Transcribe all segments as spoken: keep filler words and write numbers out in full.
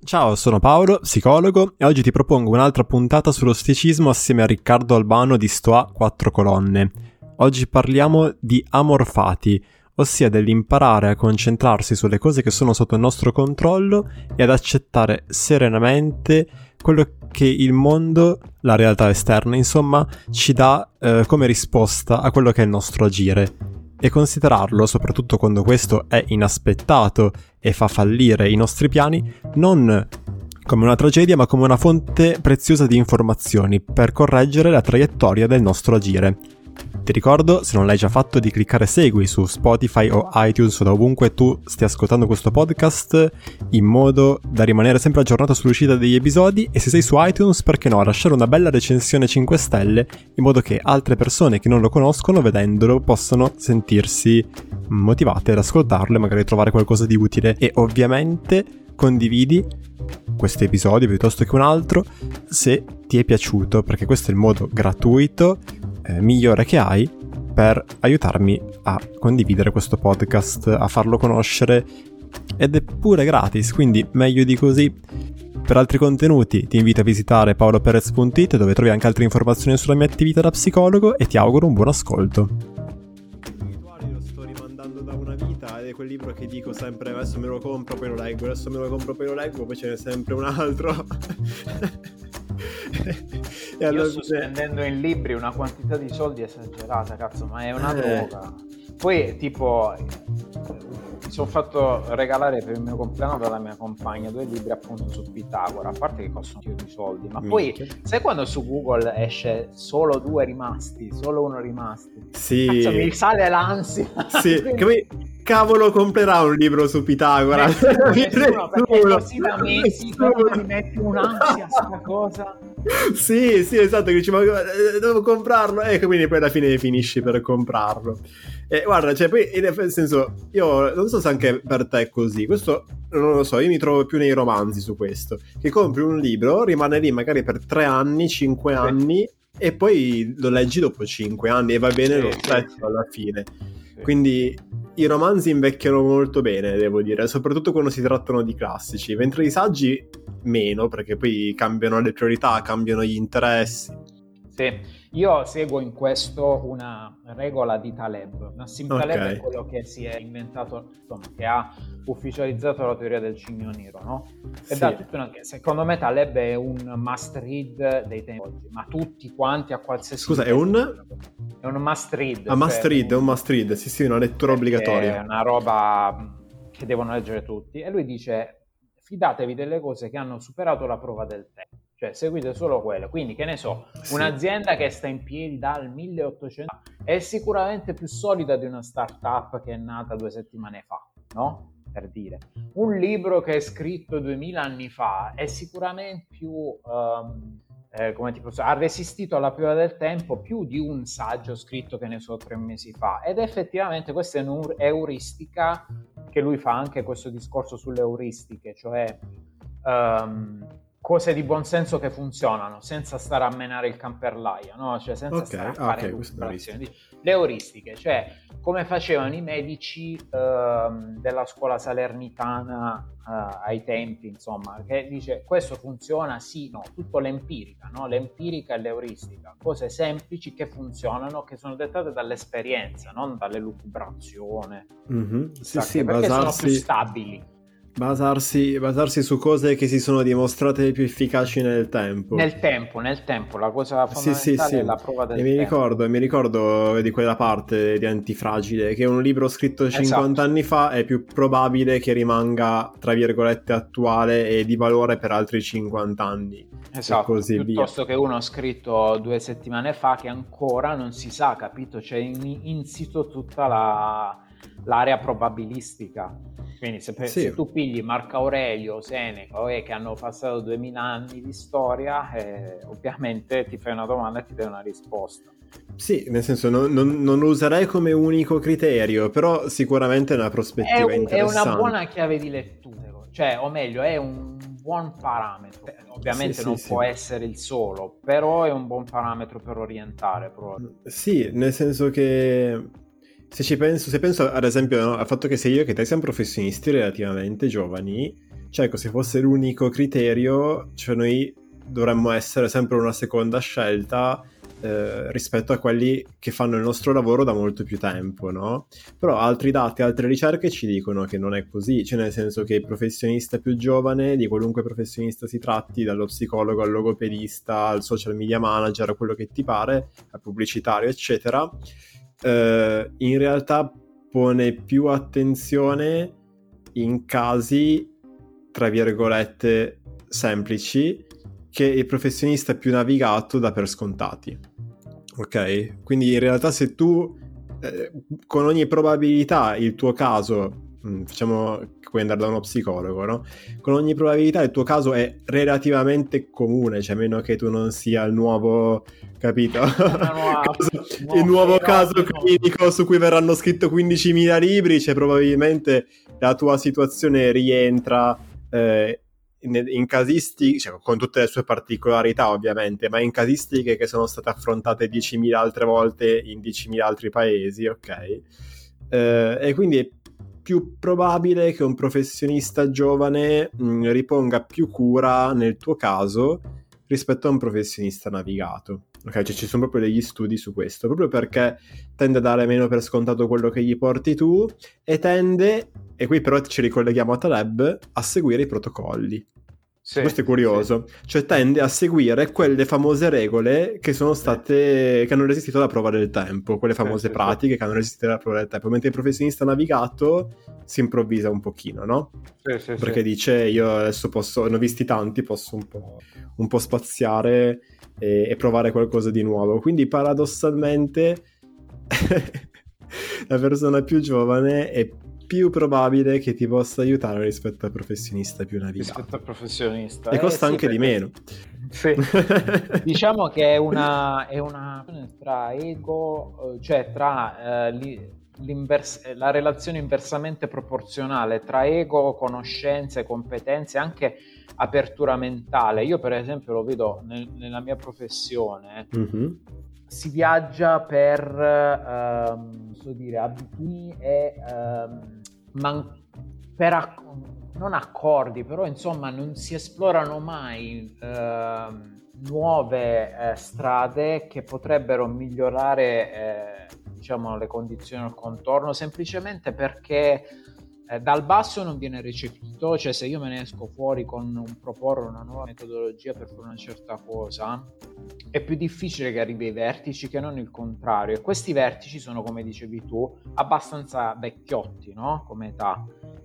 Ciao, sono Paolo, psicologo, e oggi ti propongo un'altra puntata sullo stoicismo assieme a Riccardo Albano di Stoa Quattro Colonne. Oggi parliamo di amor fati, ossia dell'imparare a concentrarsi sulle cose che sono sotto il nostro controllo e ad accettare serenamente quello che il mondo, la realtà esterna, insomma, ci dà eh, come risposta a quello che è il nostro agire. E considerarlo, soprattutto quando questo è inaspettato e fa fallire i nostri piani, non come una tragedia ma come una fonte preziosa di informazioni per correggere la traiettoria del nostro agire. Ti ricordo, se non l'hai già fatto, di cliccare segui su Spotify o iTunes o da ovunque tu stia ascoltando questo podcast, in modo da rimanere sempre aggiornato sull'uscita degli episodi, e se sei su iTunes, perché no, lasciare una bella recensione cinque stelle, in modo che altre persone che non lo conoscono, vedendolo, possano sentirsi motivate ad ascoltarlo e magari trovare qualcosa di utile. E ovviamente condividi questo episodio piuttosto che un altro se ti è piaciuto, perché questo è il modo gratuito Eh, migliore che hai per aiutarmi a condividere questo podcast, a farlo conoscere, ed è pure gratis, quindi meglio di così. Per altri contenuti ti invito a visitare paolo perez punto it, dove trovi anche altre informazioni sulla mia attività da psicologo, e ti auguro un buon ascolto. Lo sto rimandando da una vita, ed è quel libro che dico sempre: adesso me lo compro, poi lo leggo, adesso me lo compro, poi lo leggo, poi ce n'è sempre un altro. E allora, io sto spendendo in libri una quantità di soldi esagerata, cazzo, ma è una eh. droga. Poi tipo mi sono fatto regalare per il mio compleanno dalla mia compagna due libri appunto su Pitagora, a parte che costano un po' di soldi, ma poi Minchia. Sai quando su Google esce solo due rimasti, solo uno rimasti? Sì. Cazzo, mi sale l'ansia. Sì, come cavolo comprerà un libro su Pitagora? Nessuno, nessuno, perché così da mesi mi metti un'ansia sta cosa. Sì, sì, esatto, che dici, ma devo comprarlo, e ecco, quindi poi alla fine finisci per comprarlo. E guarda, cioè poi nel senso, io non so se anche per te è così, questo non lo so, io mi trovo più nei romanzi su questo, che compri un libro, rimane lì magari per tre anni, cinque sì. anni, e poi lo leggi dopo cinque anni e va bene sì, lo stesso sì. alla fine. Sì. Quindi i romanzi invecchiano molto bene, devo dire, soprattutto quando si trattano di classici, mentre i saggi meno, perché poi cambiano le priorità, cambiano gli interessi. Sì, io seguo in questo una regola di Taleb. Nassim Taleb okay. è quello che si è inventato, insomma, che ha ufficializzato la teoria del cigno nero, no? E sì. da tutta una... Secondo me Taleb è un must read dei tempi oggi, ma tutti quanti a qualsiasi... Scusa, è un... È un must read. Ah, cioè must read, è un must read, sì sì, una lettura obbligatoria. È una roba che devono leggere tutti. E lui dice: fidatevi delle cose che hanno superato la prova del tempo, cioè seguite solo quelle. Quindi, che ne so, sì. un'azienda che sta in piedi dal milleottocento è sicuramente più solida di una startup che è nata due settimane fa, no? Per dire, un libro che è scritto duemila anni fa è sicuramente più um, eh, come ti posso, ha resistito alla prova del tempo più di un saggio scritto, che ne so, tre mesi fa. Ed effettivamente questa è un'euristica che lui fa, anche questo discorso sulle euristiche, cioè um, cose di buonsenso che funzionano senza stare a menare il camperlaio, no? Cioè senza okay, stare a fare okay, le euristiche, cioè come facevano i medici uh, della scuola salernitana uh, ai tempi, insomma, che dice questo funziona, sì, no, tutto l'empirica, no? L'empirica e l'euristica, cose semplici che funzionano, che sono dettate dall'esperienza, non dall'elucubrazione, mm-hmm. sì, sì, perché basarsi... sono più stabili. Basarsi, basarsi su cose che si sono dimostrate più efficaci nel tempo. Nel tempo, nel tempo, la cosa fondamentale sì, sì, sì. è la prova del e mi tempo. Ricordo, mi ricordo di quella parte di Antifragile, che un libro scritto cinquanta esatto. anni fa è più probabile che rimanga, tra virgolette, attuale e di valore per altri cinquanta anni. Esatto, e così piuttosto via. che uno scritto due settimane fa che ancora non si sa, capito? C'è in, insito tutta la... l'area probabilistica. Quindi se, sì. se tu pigli Marco Aurelio, Seneca, eh, che hanno passato duemila anni di storia, eh, ovviamente ti fai una domanda e ti dai una risposta. Sì, nel senso non, non, non lo userei come unico criterio, però sicuramente è una prospettiva è un, interessante. È una buona chiave di lettura, cioè, o meglio, è un buon parametro. Ovviamente sì, non sì, può sì. essere il solo, però è un buon parametro per orientare. Proprio. Sì, nel senso che se ci penso, se penso ad esempio, no, al fatto che sia io che te siamo professionisti relativamente giovani, cioè ecco, se fosse l'unico criterio, cioè noi dovremmo essere sempre una seconda scelta eh, rispetto a quelli che fanno il nostro lavoro da molto più tempo, no? Però altri dati, altre ricerche ci dicono che non è così, cioè nel senso che il professionista più giovane, di qualunque professionista si tratti, dallo psicologo al logopedista, al social media manager, a quello che ti pare, al pubblicitario, eccetera, eh, in realtà pone più attenzione in casi, tra virgolette, semplici, che il professionista più navigato dà per scontati. Ok? Quindi in realtà se tu, eh, con ogni probabilità, il tuo caso, mh, facciamo che puoi andare da uno psicologo, no? Con ogni probabilità il tuo caso è relativamente comune, cioè a meno che tu non sia il nuovo, capito? Nuova, caso, il nuovo caso clinico su cui verranno scritto quindicimila libri, cioè probabilmente la tua situazione rientra eh, in, in casistiche, cioè, con tutte le sue particolarità ovviamente, ma in casistiche che sono state affrontate diecimila altre volte in diecimila altri paesi, ok? Eh, e quindi è più probabile che un professionista giovane mh, riponga più cura nel tuo caso rispetto a un professionista navigato. Ok, cioè ci sono proprio degli studi su questo, proprio perché tende a dare meno per scontato quello che gli porti tu e tende, e qui però ci ricolleghiamo a Taleb, a seguire i protocolli. Sì, questo è curioso, sì. Cioè tende a seguire quelle famose regole che sono state, sì. che hanno resistito alla prova del tempo, quelle famose sì, pratiche sì. che hanno resistito alla prova del tempo, mentre il professionista navigato si improvvisa un pochino, no? Sì, sì, perché sì. dice io adesso posso, ne ho visti tanti, posso un po', un po' spaziare e, e provare qualcosa di nuovo, quindi paradossalmente la persona più giovane è più probabile che ti possa aiutare rispetto al professionista più navigato. Rispetto al professionista. E costa eh, anche sì, di meno. Sì. Diciamo che è una, è una tra ego, cioè tra eh, la relazione inversamente proporzionale tra ego, conoscenze, competenze, anche apertura mentale. Io per esempio lo vedo nel, nella mia professione. Mm-hmm. Si viaggia per ehm, so dire, abitudini e ehm, man- per acc- non accordi, però insomma non si esplorano mai ehm, nuove eh, strade che potrebbero migliorare eh, diciamo le condizioni al contorno, semplicemente perché Eh, dal basso non viene recepito, cioè se io me ne esco fuori con un proporre una nuova metodologia per fare una certa cosa, è più difficile che arrivi ai vertici che non il contrario, e questi vertici sono, come dicevi tu, abbastanza vecchiotti, no? Come età.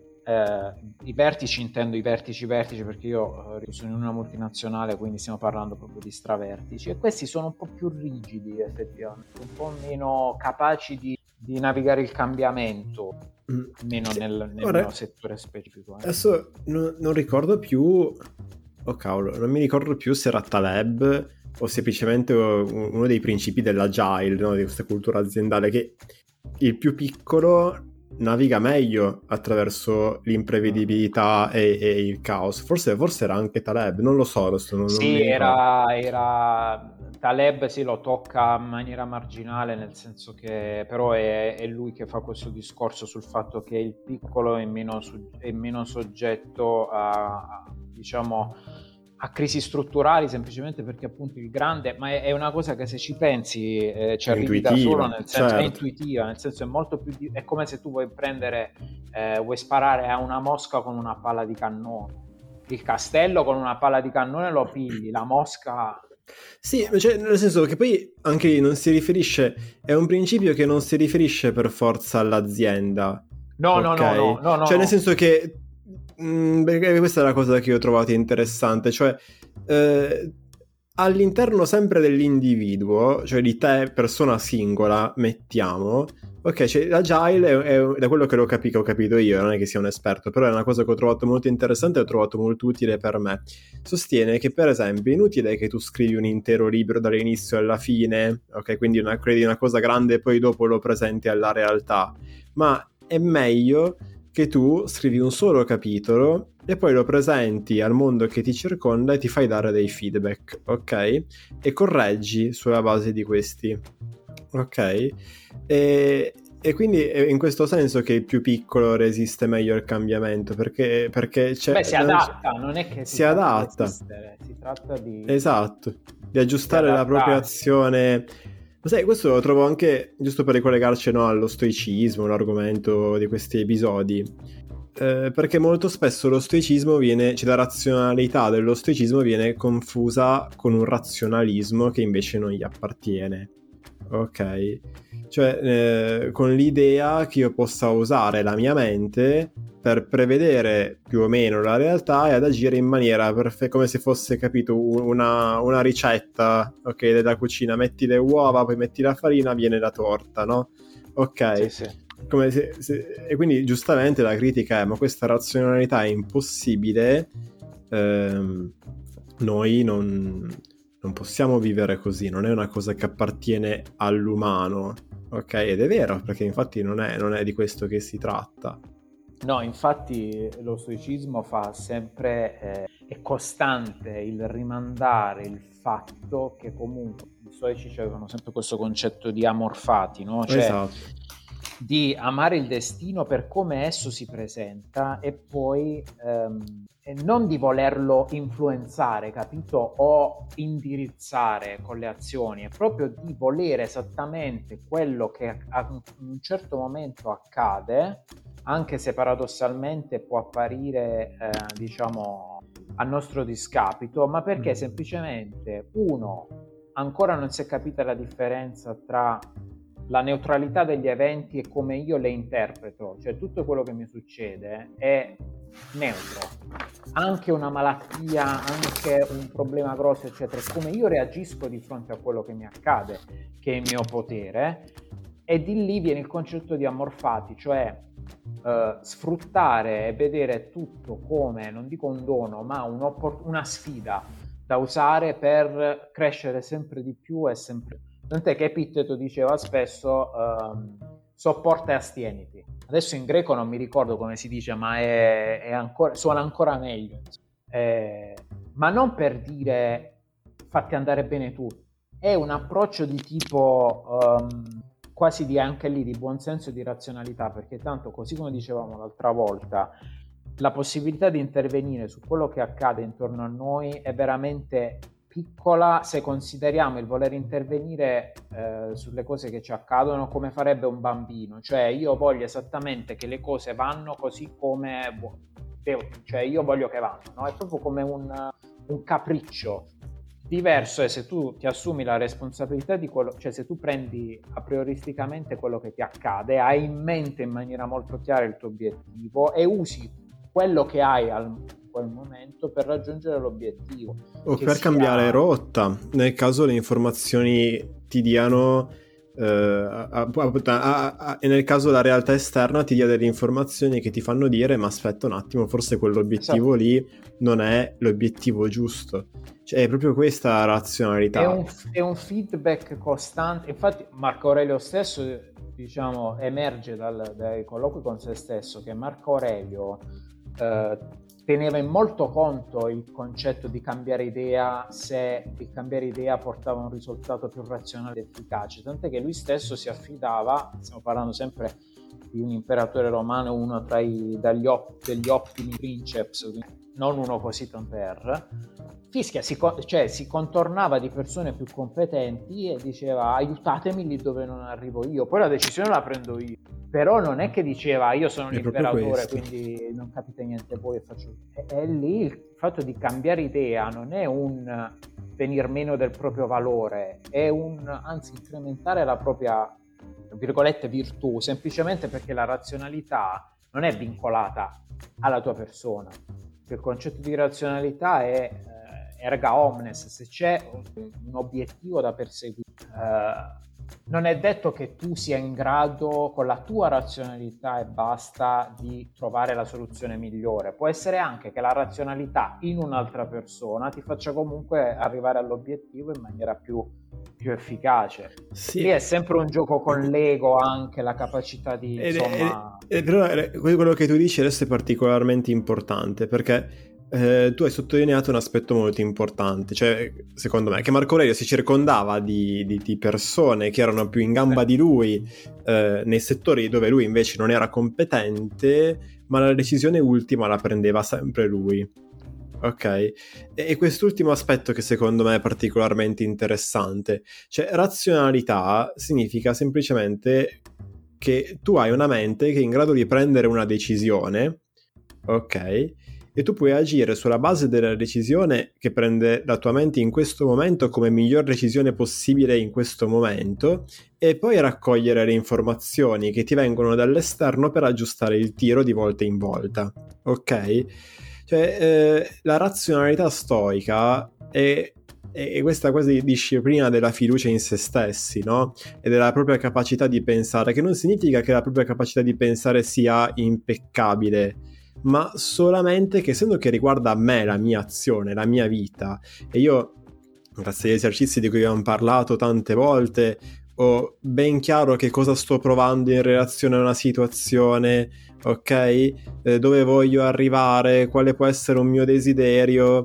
Eh, i vertici, intendo i vertici vertici perché io eh, sono in una multinazionale, quindi stiamo parlando proprio di stravertici, e questi sono un po' più rigidi effettivamente, un po' meno capaci di, di navigare il cambiamento, almeno nel, nel Ora, mio settore specifico. Eh. Adesso non, non ricordo più, oh cavolo, non mi ricordo più se era Taleb o semplicemente uno dei principi dell'agile, no? Di questa cultura aziendale, che il più piccolo naviga meglio attraverso l'imprevedibilità e, e il caos. Forse, forse era anche Taleb, non lo so. Adesso non, sì, non era, era Taleb, sì, lo tocca in maniera marginale, nel senso che però è, è lui che fa questo discorso sul fatto che il piccolo è meno, è meno soggetto a, diciamo, a crisi strutturali, semplicemente perché appunto il grande, ma è, è una cosa che se ci pensi eh, ci arrivi da solo, nel senso certo. È intuitiva, nel senso è molto più di, è come se tu vuoi prendere eh, vuoi sparare a una mosca con una palla di cannone. Il castello con una palla di cannone lo pigli, la mosca sì, cioè, nel senso che poi anche lì non si riferisce, è un principio che non si riferisce per forza all'azienda. No, okay? no, no, no, no, no. Cioè nel senso che mh, perché questa è la cosa che io ho trovato interessante, cioè eh, all'interno sempre dell'individuo, cioè di te persona singola, mettiamo, ok, cioè l'agile è, è, da quello che l'ho capito, ho capito io, non è che sia un esperto, però è una cosa che ho trovato molto interessante e ho trovato molto utile per me. Sostiene che per esempio è inutile che tu scrivi un intero libro dall'inizio alla fine, ok, quindi una, credi una cosa grande e poi dopo lo presenti alla realtà, ma è meglio che tu scrivi un solo capitolo e poi lo presenti al mondo che ti circonda e ti fai dare dei feedback, ok? E correggi sulla base di questi, ok? E, e quindi è in questo senso che il più piccolo resiste meglio al cambiamento, perché, perché c'è, Beh, si adatta, non è che si, si adatta. Di si tratta di... Esatto, di aggiustare la propria azione. Ma sai, questo lo trovo anche, giusto per ricollegarci, no, allo stoicismo, l'argomento di questi episodi, eh, perché molto spesso lo stoicismo viene, cioè la razionalità dello stoicismo viene confusa con un razionalismo che invece non gli appartiene, ok? Cioè eh, con l'idea che io possa usare la mia mente per prevedere più o meno la realtà e ad agire in maniera perfetta, come se fosse, capito, una, una ricetta, ok, della cucina, metti le uova, poi metti la farina, viene la torta, no? Ok, sì, sì. Come se, se, e quindi giustamente la critica è: ma questa razionalità è impossibile, ehm, noi non, non possiamo vivere così, non è una cosa che appartiene all'umano, ok? Ed è vero, perché infatti non è, non è di questo che si tratta. No, infatti lo stoicismo fa sempre, eh, è costante il rimandare il fatto che comunque gli stoici avevano sempre questo concetto di amor fati, no? Cioè, esatto, di amare il destino per come esso si presenta e poi ehm, e non di volerlo influenzare, capito? O indirizzare con le azioni, è proprio di volere esattamente quello che a un certo momento accade, anche se paradossalmente può apparire, eh, diciamo, a nostro discapito, ma perché semplicemente uno, ancora non si è capita la differenza tra la neutralità degli eventi e come io le interpreto, cioè tutto quello che mi succede è neutro, anche una malattia, anche un problema grosso eccetera, come io reagisco di fronte a quello che mi accade, che è il mio potere, e di lì viene il concetto di amor fati, cioè Uh, sfruttare e vedere tutto come, non dico un dono, ma una sfida da usare per crescere sempre di più e sempre. Tant'è che Epitteto diceva spesso uh, sopporta e astieniti. Adesso in greco non mi ricordo come si dice, ma è, è ancora, suona ancora meglio. Eh, ma non per dire fatti andare bene tu, è un approccio di tipo um, quasi di anche lì di buonsenso e di razionalità, perché tanto, così come dicevamo l'altra volta, la possibilità di intervenire su quello che accade intorno a noi è veramente piccola se consideriamo il voler intervenire eh, sulle cose che ci accadono come farebbe un bambino, cioè io voglio esattamente che le cose vanno così come devo, cioè io voglio che vanno, no? È proprio come un, un capriccio. Diverso è se tu ti assumi la responsabilità di quello, cioè se tu prendi a prioristicamente quello che ti accade, hai in mente in maniera molto chiara il tuo obiettivo e usi quello che hai al quel momento per raggiungere l'obiettivo. O per sia... cambiare rotta, nel caso le informazioni ti diano eh, a, a, a, a, e nel caso la realtà esterna ti dia delle informazioni che ti fanno dire: ma aspetta un attimo, forse quell'obiettivo esatto. lì non è l'obiettivo giusto. Cioè, è proprio questa razionalità. È un, è un feedback costante. Infatti Marco Aurelio stesso, diciamo, emerge dal, dai colloqui con se stesso che Marco Aurelio eh, teneva in molto conto il concetto di cambiare idea se il cambiare idea portava a un risultato più razionale ed efficace, tant'è che lui stesso si affidava, stiamo parlando sempre di un imperatore romano, uno tra i dagli op, degli ottimi princeps, non uno così per fischia, si, cioè, si contornava di persone più competenti e diceva aiutatemi lì dove non arrivo io, poi la decisione la prendo io, però non è che diceva io sono l'imperatore quindi non capite niente voi e faccio è, è lì il fatto di cambiare idea non è un venir meno del proprio valore, è un anzi incrementare la propria virgolette virtù, semplicemente perché la razionalità non è vincolata alla tua persona. Il concetto di razionalità è eh, erga omnes, se c'è un, un obiettivo da perseguire eh, non è detto che tu sia in grado con la tua razionalità e basta di trovare la soluzione migliore, può essere anche che la razionalità in un'altra persona ti faccia comunque arrivare all'obiettivo in maniera più, più efficace. Sì. Lì è sempre un gioco con l'ego, anche la capacità di ed insomma è, è, è, però quello che tu dici adesso è particolarmente importante, perché eh, tu hai sottolineato un aspetto molto importante, cioè secondo me che Marco Aurelio si circondava di, di, di persone che erano più in gamba di lui eh, nei settori dove lui invece non era competente, ma la decisione ultima la prendeva sempre lui. Ok, e, e quest'ultimo aspetto che secondo me è particolarmente interessante, cioè razionalità significa semplicemente che tu hai una mente che è in grado di prendere una decisione, ok, e tu puoi agire sulla base della decisione che prende la tua mente in questo momento come miglior decisione possibile in questo momento, e poi raccogliere le informazioni che ti vengono dall'esterno per aggiustare il tiro di volta in volta, ok? Cioè eh, la razionalità stoica è, è questa quasi disciplina della fiducia in se stessi, no? E della propria capacità di pensare, che non significa che la propria capacità di pensare sia impeccabile, ma solamente che, essendo che riguarda me, la mia azione, la mia vita, e io, grazie agli esercizi di cui abbiamo parlato tante volte, ho ben chiaro che cosa sto provando in relazione a una situazione, ok? Eh, dove voglio arrivare, quale può essere un mio desiderio,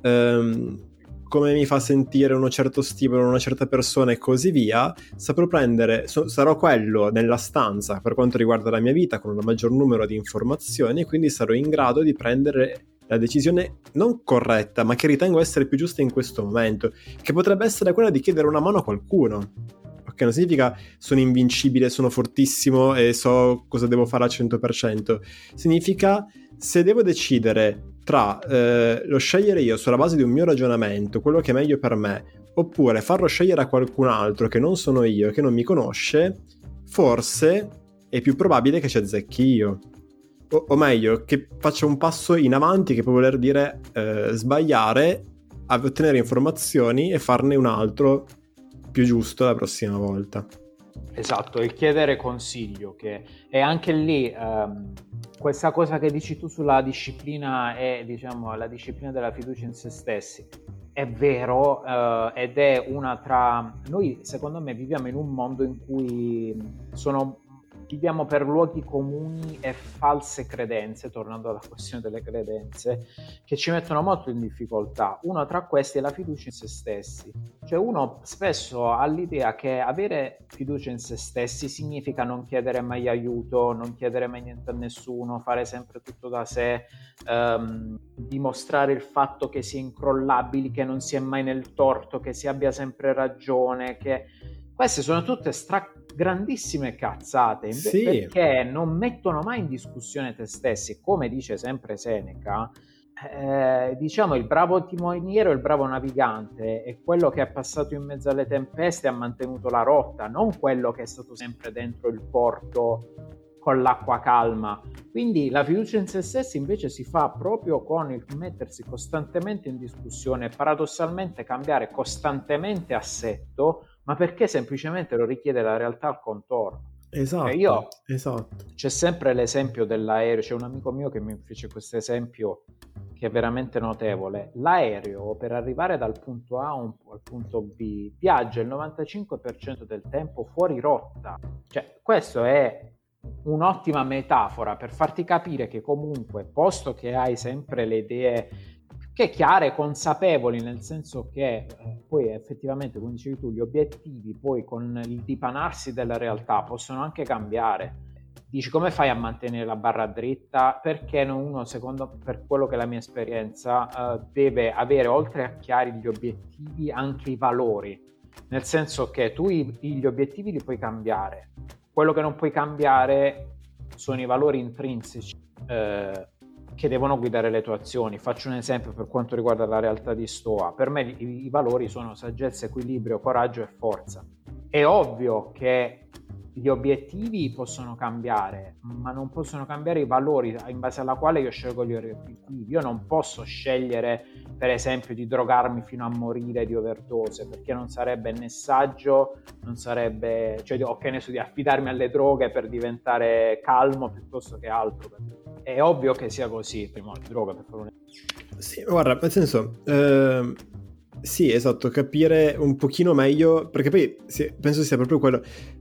ehm, come mi fa sentire uno certo stimolo, una certa persona e così via, saprò prendere, so, sarò quello nella stanza per quanto riguarda la mia vita con un maggior numero di informazioni, e quindi sarò in grado di prendere la decisione non corretta, ma che ritengo essere più giusta in questo momento, che potrebbe essere quella di chiedere una mano a qualcuno. Ok, non significa sono invincibile, sono fortissimo e so cosa devo fare al cento per cento. Significa, se devo decidere tra eh, lo scegliere io sulla base di un mio ragionamento, quello che è meglio per me, oppure farlo scegliere a qualcun altro che non sono io, che non mi conosce, forse è più probabile che ci azzecchi io. O, o meglio, che faccia un passo in avanti, che può voler dire eh, sbagliare, ottenere informazioni e farne un altro più giusto la prossima volta. Esatto, il chiedere consiglio, che è anche lì ehm, questa cosa che dici tu sulla disciplina e diciamo la disciplina della fiducia in se stessi. È vero, eh, ed è una tra noi, secondo me, viviamo in un mondo in cui sono viviamo per luoghi comuni e false credenze, tornando alla questione delle credenze, che ci mettono molto in difficoltà. Uno tra questi è la fiducia in se stessi. Cioè uno spesso ha l'idea che avere fiducia in se stessi significa non chiedere mai aiuto, non chiedere mai niente a nessuno, fare sempre tutto da sé, ehm, dimostrare il fatto che si è incrollabili, che non si è mai nel torto, che si abbia sempre ragione, che queste sono tutte stra grandissime cazzate, sì, perché non mettono mai in discussione te stessi. Come dice sempre Seneca, eh, diciamo il bravo timoniero, il bravo navigante è quello che è passato in mezzo alle tempeste e ha mantenuto la rotta, non quello che è stato sempre dentro il porto con l'acqua calma. Quindi la fiducia in se stessi invece si fa proprio con il mettersi costantemente in discussione, paradossalmente cambiare costantemente assetto, ma perché semplicemente lo richiede la realtà al contorno. Esatto, cioè io, esatto. C'è sempre l'esempio dell'aereo, c'è un amico mio che mi fece questo esempio che è veramente notevole. L'aereo, per arrivare dal punto A al punto B, viaggia il novantacinque per cento del tempo fuori rotta. Cioè, questo è un'ottima metafora per farti capire che comunque, posto che hai sempre le idee che chiare, consapevoli, nel senso che eh, poi effettivamente, come dicevi tu, gli obiettivi poi con il dipanarsi della realtà possono anche cambiare. Dici, come fai a mantenere la barra dritta? Perché uno, secondo per quello che è la mia esperienza, eh, deve avere, oltre a chiari gli obiettivi, anche i valori, nel senso che tu i, gli obiettivi li puoi cambiare, quello che non puoi cambiare sono i valori intrinseci eh, che devono guidare le tue azioni. Faccio un esempio per quanto riguarda la realtà di Stoa. Per me i, i valori sono saggezza, equilibrio, coraggio e forza. È ovvio che gli obiettivi possono cambiare, ma non possono cambiare i valori in base alla quale io scelgo gli obiettivi. Io non posso scegliere, per esempio, di drogarmi fino a morire di overdose, perché non sarebbe né saggio, non sarebbe, cioè, o che ne so, di affidarmi alle droghe per diventare calmo piuttosto che altro. È ovvio che sia così, prima le droghe, per favore. Sì, guarda, nel senso, eh, sì, esatto, capire un pochino meglio, perché poi sì, penso sia proprio quello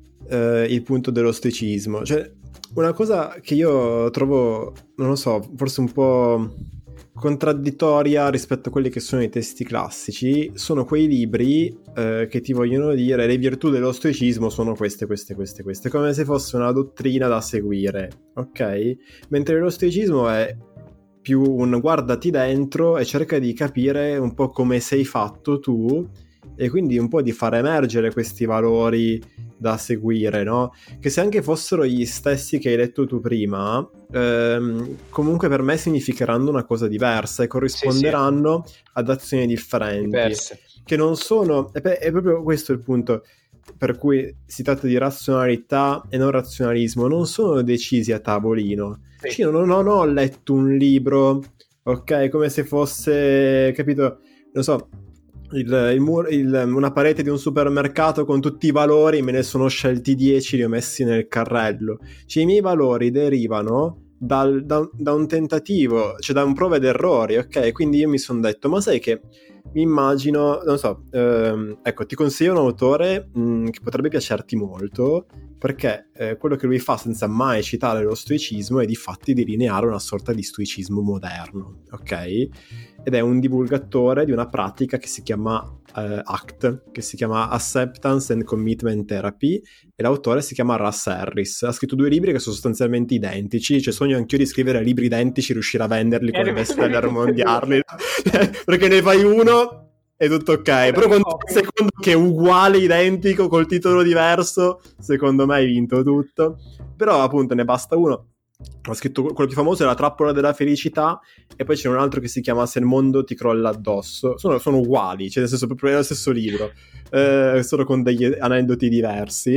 eh, il punto dello stoicismo. Cioè, una cosa che io trovo, non lo so, forse un po' contraddittoria rispetto a quelli che sono i testi classici. Sono quei libri eh, che ti vogliono dire le virtù dello stoicismo sono queste, queste, queste, queste, come se fosse una dottrina da seguire, ok? Mentre lo stoicismo è più un guardati dentro e cerca di capire un po' come sei fatto tu, e quindi un po' di far emergere questi valori da seguire, no? Che se anche fossero gli stessi che hai detto tu prima, ehm, comunque per me significheranno una cosa diversa e corrisponderanno sì, sì. ad azioni differenti. Diverse. Che non sono... È, è proprio questo il punto per cui si tratta di razionalità e non razionalismo. Non sono decisi a tavolino. Sì. Io non, non ho letto un libro, ok? Come se fosse, capito, non so... Il, il mur, il, una parete di un supermercato con tutti i valori, me ne sono scelti dieci, li ho messi nel carrello. Cioè, i miei valori derivano dal, da, da un tentativo, cioè da un prova ed errori, ok? Quindi io mi sono detto, ma sai che mi immagino, non so, ehm, ecco, ti consiglio un autore mh, che potrebbe piacerti molto, perché eh, quello che lui fa senza mai citare lo stoicismo è di fatti delineare una sorta di stoicismo moderno, ok? Ed è un divulgatore di una pratica che si chiama uh, A C T, che si chiama Acceptance and Commitment Therapy, e l'autore si chiama Russ Harris. Ha scritto due libri che sono sostanzialmente identici, cioè sogno anch'io di scrivere libri identici, riuscire a venderli come bestseller mondiali, perché ne fai uno e tutto ok, però quando no. Il secondo che è uguale, identico, col titolo diverso, secondo me hai vinto tutto. Però appunto ne basta uno. Ho scritto quello più famoso è La trappola della felicità, e poi c'è un altro che si chiama Se il mondo ti crolla addosso. Sono, sono uguali, cioè nel senso proprio è lo stesso libro, eh, solo con degli aneddoti diversi.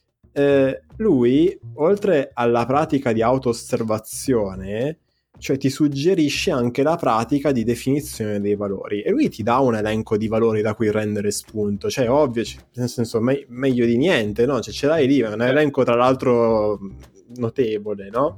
Eh, lui, oltre alla pratica di auto-osservazione, cioè ti suggerisce anche la pratica di definizione dei valori, e lui ti dà un elenco di valori da cui rendere spunto, cioè ovvio, nel senso me- meglio di niente, no? Cioè ce l'hai lì, è un elenco tra l'altro notevole, no?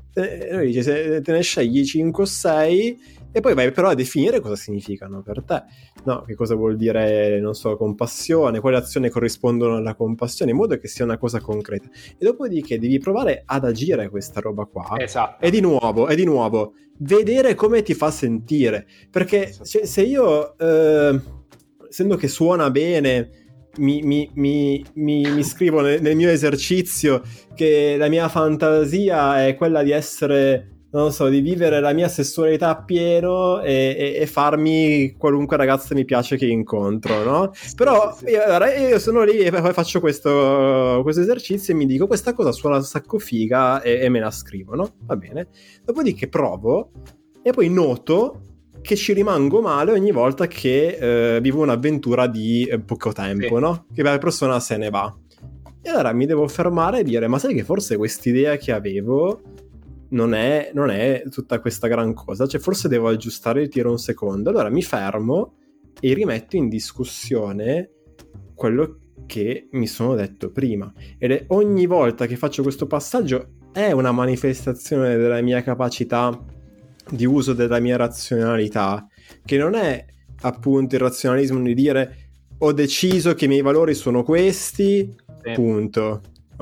E lui dice se te ne scegli cinque o sei e poi vai però a definire cosa significano per te, no? Che cosa vuol dire, non so, compassione, quali azioni corrispondono alla compassione, in modo che sia una cosa concreta, e dopodiché devi provare ad agire questa roba qua. Esatto. E di nuovo, e di nuovo vedere come ti fa sentire, perché esatto. se, se io eh, essendo che suona bene Mi, mi, mi, mi, mi scrivo nel, nel mio esercizio che la mia fantasia è quella di essere, non so, di vivere la mia sessualità appieno e, e, e farmi qualunque ragazza mi piace che incontro, no? Però sì, sì, sì. Io, io sono lì e poi faccio questo, questo esercizio e mi dico questa cosa suona un sacco figa e, e me la scrivo, no? Va bene. Dopodiché provo e poi noto che ci rimango male ogni volta che eh, vivo un'avventura di eh, poco tempo, sì. No? Che la persona se ne va. E allora mi devo fermare e dire, ma sai che forse quest'idea che avevo non è, non è tutta questa gran cosa, cioè forse devo aggiustare il tiro un secondo. Allora mi fermo e rimetto in discussione quello che mi sono detto prima. Ed è ogni volta che faccio questo passaggio è una manifestazione della mia capacità di uso della mia razionalità, che non è appunto il razionalismo di dire ho deciso che i miei valori sono questi, sì. Punto,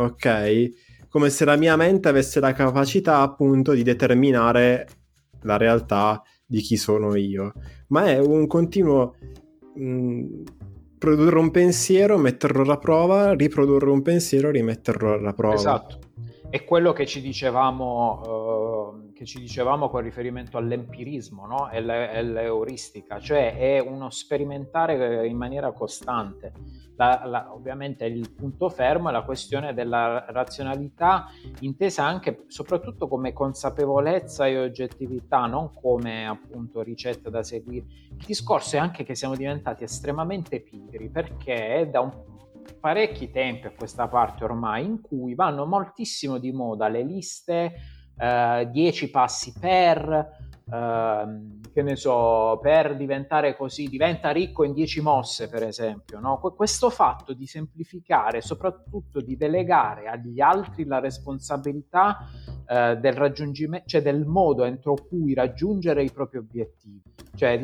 ok? Come se la mia mente avesse la capacità appunto di determinare la realtà di chi sono io, ma è un continuo mh, produrre un pensiero, metterlo alla prova, riprodurre un pensiero, rimetterlo alla prova. Esatto. È quello che ci dicevamo uh, che ci dicevamo con riferimento all'empirismo, no? E, le, e l'euristica, cioè è uno sperimentare in maniera costante. La, la, ovviamente il punto fermo è la questione della razionalità, intesa anche soprattutto come consapevolezza e oggettività, non come appunto ricetta da seguire. Il discorso è anche che siamo diventati estremamente pigri, perché da un parecchi tempi a questa parte ormai in cui vanno moltissimo di moda le liste, eh, dieci passi per, eh, che ne so, per diventare così, diventa ricco in dieci mosse per esempio, no? Questo fatto di semplificare, soprattutto di delegare agli altri la responsabilità eh, del raggiungimento, cioè del modo entro cui raggiungere i propri obiettivi, cioè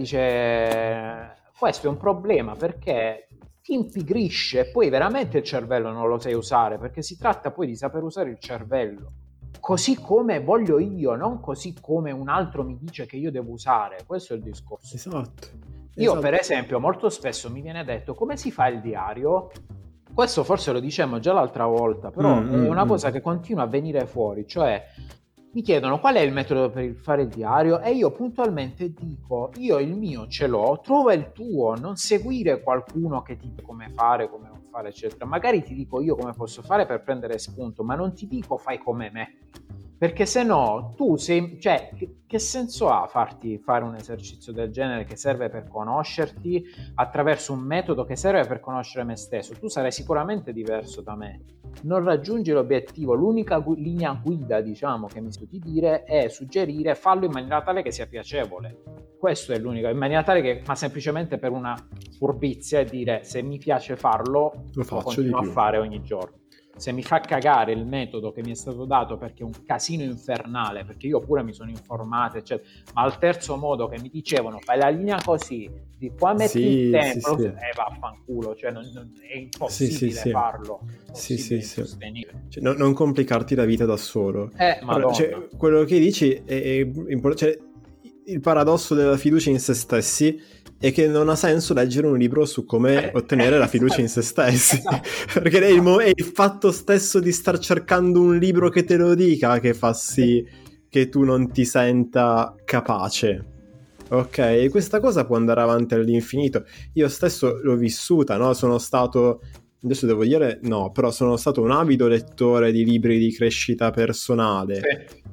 dice questo è un problema perché ti impigrisce e poi veramente il cervello non lo sai usare, perché si tratta poi di saper usare il cervello. così come voglio io, non così come un altro mi dice che io devo usare. Questo è il discorso. Esatto. Io esatto. per esempio molto spesso mi viene detto come si fa il diario. Questo forse lo dicemmo già l'altra volta, però mm, è una mm, cosa mm. che continua a venire fuori, cioè mi chiedono qual è il metodo per fare il diario e io puntualmente dico io il mio ce l'ho, trova il tuo, non seguire qualcuno che ti dice come fare, come non fare eccetera. Magari ti dico io come posso fare per prendere spunto, ma non ti dico fai come me, perché se no tu sei, cioè che, che senso ha farti fare un esercizio del genere che serve per conoscerti attraverso un metodo che serve per conoscere me stesso? Tu sarai sicuramente diverso da me, non raggiungi l'obiettivo, l'unica gu- linea guida diciamo che mi sto di dire è suggerire fallo in maniera tale che sia piacevole. Questo è l'unico, in maniera tale che, ma semplicemente per una furbizia, è dire se mi piace farlo Lo lo faccio continuo di a più. fare ogni giorno. Se mi fa cagare il metodo che mi è stato dato perché è un casino infernale, perché io pure mi sono informato eccetera, ma al terzo modo che mi dicevano fai la linea così, di qua metti Sì, il tempo, sì, sì. e eh, vaffanculo, cioè non, non, è Sì, impossibile sì, sì. farlo, Sì, impossibile, sì, sì. insostenibile. Cioè, no- non complicarti la vita da solo. Eh, Allora, madonna. cioè, quello che dici è, è impor- cioè, il paradosso della fiducia in se stessi è che non ha senso leggere un libro su come Eh, ottenere la fiducia esatto, in se stessi. esatto. Perché è il, mo- è il fatto stesso di star cercando un libro che te lo dica che fa sì che tu non ti senta capace. Ok, e questa cosa può andare avanti all'infinito. Io stesso l'ho vissuta, no? Sono stato, adesso devo dire no, però sono stato un avido lettore di libri di crescita personale. Sì.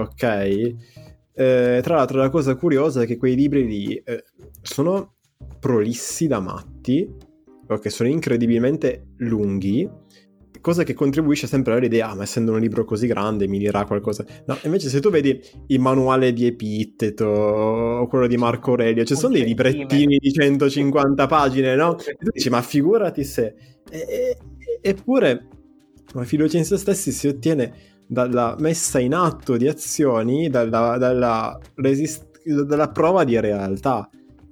Ok? Eh, tra l'altro la cosa curiosa è che quei libri lì eh, sono prolissi da matti, ok? Sono incredibilmente lunghi, cosa che contribuisce sempre all'idea, ah, ma essendo un libro così grande mi dirà qualcosa. No, invece se tu vedi il manuale di Epitteto o quello di Marco Aurelio, ci sono dei librettini di centocinquanta pagine, no? E tu dici, ma figurati se... E, e, eppure la fiducia in se stessi si ottiene dalla messa in atto di azioni, dalla, dalla, resist- dalla prova di realtà,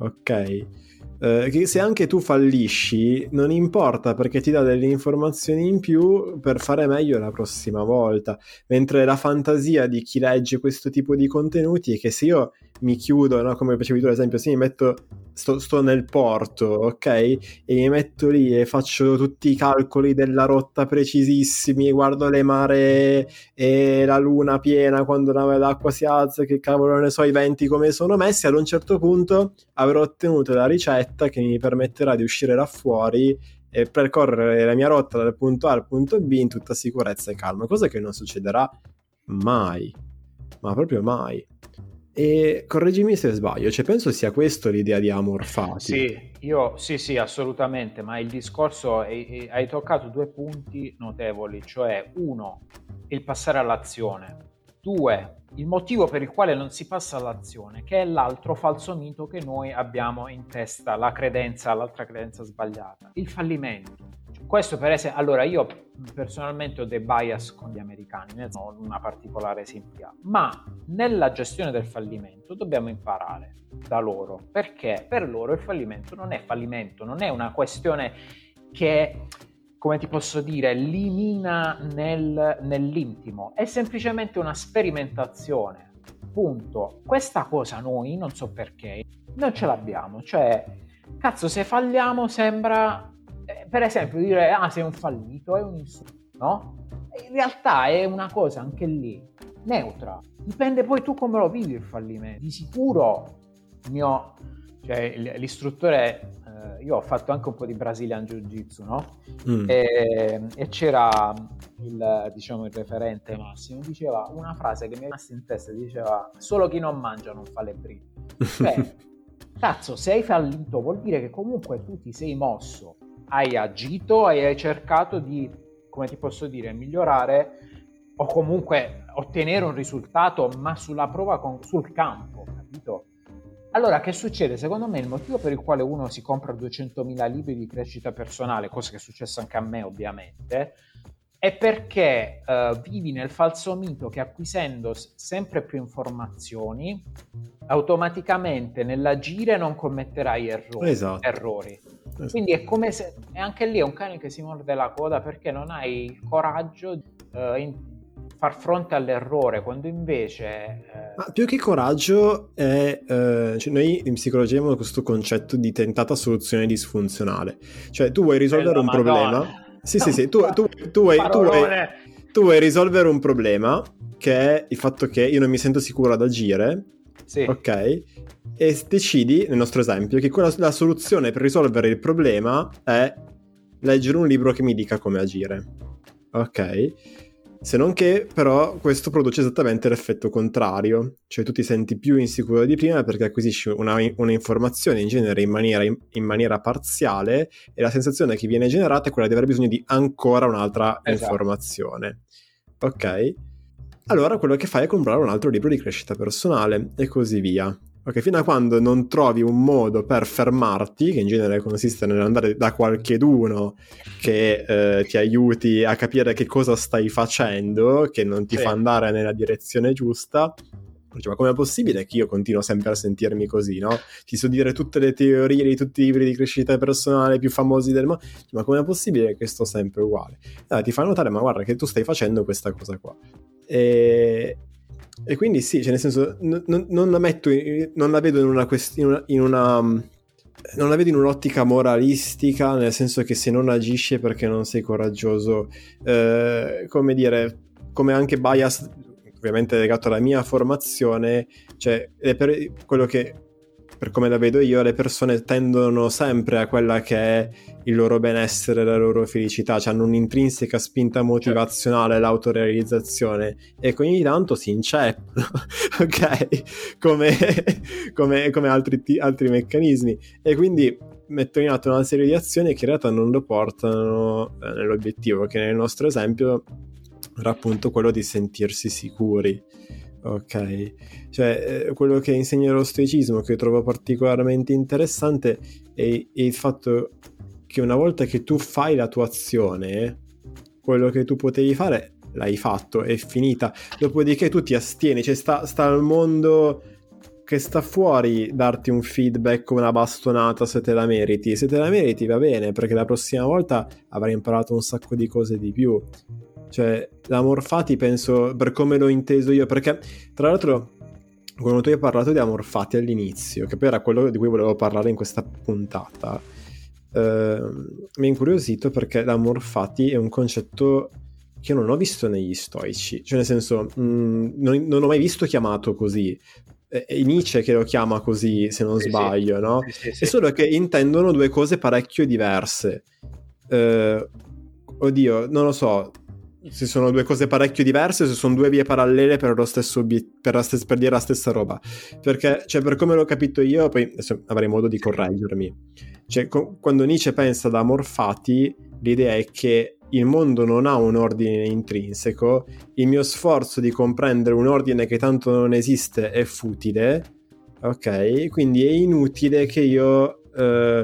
ok? Eh, che se anche tu fallisci non importa perché ti dà delle informazioni in più per fare meglio la prossima volta, mentre la fantasia di chi legge questo tipo di contenuti è che se io mi chiudo, no, come facevi tu ad esempio, se mi metto sto, sto nel porto, ok, e mi metto lì e faccio tutti i calcoli della rotta precisissimi e guardo le maree e la luna piena quando l'acqua si alza, che cavolo ne so i venti come sono messi, ad un certo punto avrò ottenuto la ricetta che mi permetterà di uscire là fuori e percorrere la mia rotta dal punto A al punto B in tutta sicurezza e calma, cosa che non succederà mai, ma proprio mai. E correggimi se sbaglio, cioè penso sia questo l'idea di Amor Fati. Sì, io sì, sì, assolutamente, ma il discorso è, è, hai toccato due punti notevoli, cioè uno, il passare all'azione, due, il motivo per il quale non si passa all'azione, che è l'altro falso mito che noi abbiamo in testa, la credenza, l'altra credenza sbagliata, il fallimento. Questo per esempio, allora io personalmente ho dei bias con gli americani, ne ho una particolare simpatia, ma nella gestione del fallimento dobbiamo imparare da loro, perché per loro il fallimento non è fallimento, non è una questione che, come ti posso dire, limina nel, nell'intimo, è semplicemente una sperimentazione, punto. Questa cosa noi, non so perché, non ce l'abbiamo, cioè, cazzo, se falliamo sembra... Per esempio dire ah sei un fallito è un insulto, no? In realtà è una cosa anche lì neutra, dipende poi tu come lo vivi il fallimento. Di sicuro il mio, cioè l'istruttore, eh, io ho fatto anche un po' di Brazilian Jiu-Jitsu, no? Mm. E, e c'era il, diciamo, il referente Massimo, diceva una frase che mi è rimasta in testa, diceva solo chi non mangia non fa le briciole. Cioè, cazzo, se hai fallito vuol dire che comunque tu ti sei mosso, hai agito e hai cercato di, come ti posso dire, migliorare o comunque ottenere un risultato, ma sulla prova con, sul campo, capito? Allora, che succede? Secondo me il motivo per il quale uno si compra duecentomila libri di crescita personale, cosa che è successa anche a me ovviamente, è perché uh, vivi nel falso mito che acquisendo sempre più informazioni, automaticamente nell'agire non commetterai errori. Esatto. errori. Quindi è come se, e anche lì è un cane che si morde la coda perché non hai il coraggio uh, in, far fronte all'errore, quando invece... Eh... Ma più che coraggio è... Eh, cioè noi in psicologia abbiamo questo concetto di tentata soluzione disfunzionale. Cioè tu vuoi risolvere un Madonna. problema... Sì, sì, sì, tu, tu, tu, vuoi, tu, vuoi, tu vuoi risolvere un problema, che è il fatto che io non mi sento sicuro ad agire, sì. Ok? E decidi, nel nostro esempio, che quella, la soluzione per risolvere il problema è leggere un libro che mi dica come agire. Ok? Se non che, però, questo produce esattamente l'effetto contrario. Cioè tu ti senti più insicuro di prima perché acquisisci una, una informazione in genere in maniera, in, in maniera parziale, e la sensazione che viene generata è quella di aver bisogno di ancora un'altra esatto. informazione. Ok? Allora quello che fai è comprare un altro libro di crescita personale e così via. Ok, fino a quando non trovi un modo per fermarti, che in genere consiste nell'andare da qualcheduno che eh, ti aiuti a capire che cosa stai facendo, che non ti sì. fa andare nella direzione giusta. Ma com'è possibile che io continuo sempre a sentirmi così, no? Ti so dire tutte le teorie di tutti i libri di crescita personale più famosi del mondo, ma com'è possibile che sto sempre uguale? Allora, ti fa notare, ma guarda che tu stai facendo questa cosa qua. E, e quindi sì, cioè nel senso, n- n- non la metto, in, non la vedo in una questione, in una, non la vedo in un'ottica moralistica, nel senso che se non agisci è perché non sei coraggioso, eh, come dire, come anche bias ovviamente legato alla mia formazione, cioè per quello che, per come la vedo io, le persone tendono sempre a quella che è il loro benessere, la loro felicità, cioè hanno un'intrinseca spinta motivazionale, certo. l'autorealizzazione, e ogni tanto si inceppano, ok? Come, come, come altri, altri meccanismi, e quindi mettono in atto una serie di azioni che in realtà non lo portano eh, nell'obiettivo, che nel nostro esempio era appunto quello di sentirsi sicuri, ok? Cioè eh, quello che insegna lo stoicismo, che trovo particolarmente interessante, è, è il fatto che una volta che tu fai la tua azione, quello che tu potevi fare l'hai fatto, è finita, dopodiché tu ti astieni, cioè sta, sta al mondo che sta fuori darti un feedback, una bastonata se te la meriti. Se te la meriti va bene, perché la prossima volta avrai imparato un sacco di cose di più. Cioè, l'amor fati, penso, per come l'ho inteso io, perché tra l'altro quando tu hai parlato di amor fati all'inizio, che poi era quello di cui volevo parlare in questa puntata, eh, mi ha incuriosito perché l'amor fati è un concetto che io non ho visto negli stoici, cioè nel senso mh, non, non ho mai visto chiamato così. È Nietzsche che lo chiama così, se non sì, sbaglio, sì. no? Sì, sì, sì. È solo che intendono due cose parecchio diverse. Eh, oddio, non lo so se sono due cose parecchio diverse, se sono due vie parallele per lo stesso obiet- per, la stes- per dire la stessa roba, perché cioè per come l'ho capito io, poi adesso avrei modo di correggermi, cioè co- quando Nietzsche pensa ad amor fati, l'idea è che il mondo non ha un ordine intrinseco, il mio sforzo di comprendere un ordine che tanto non esiste è futile, ok? Quindi è inutile che io eh,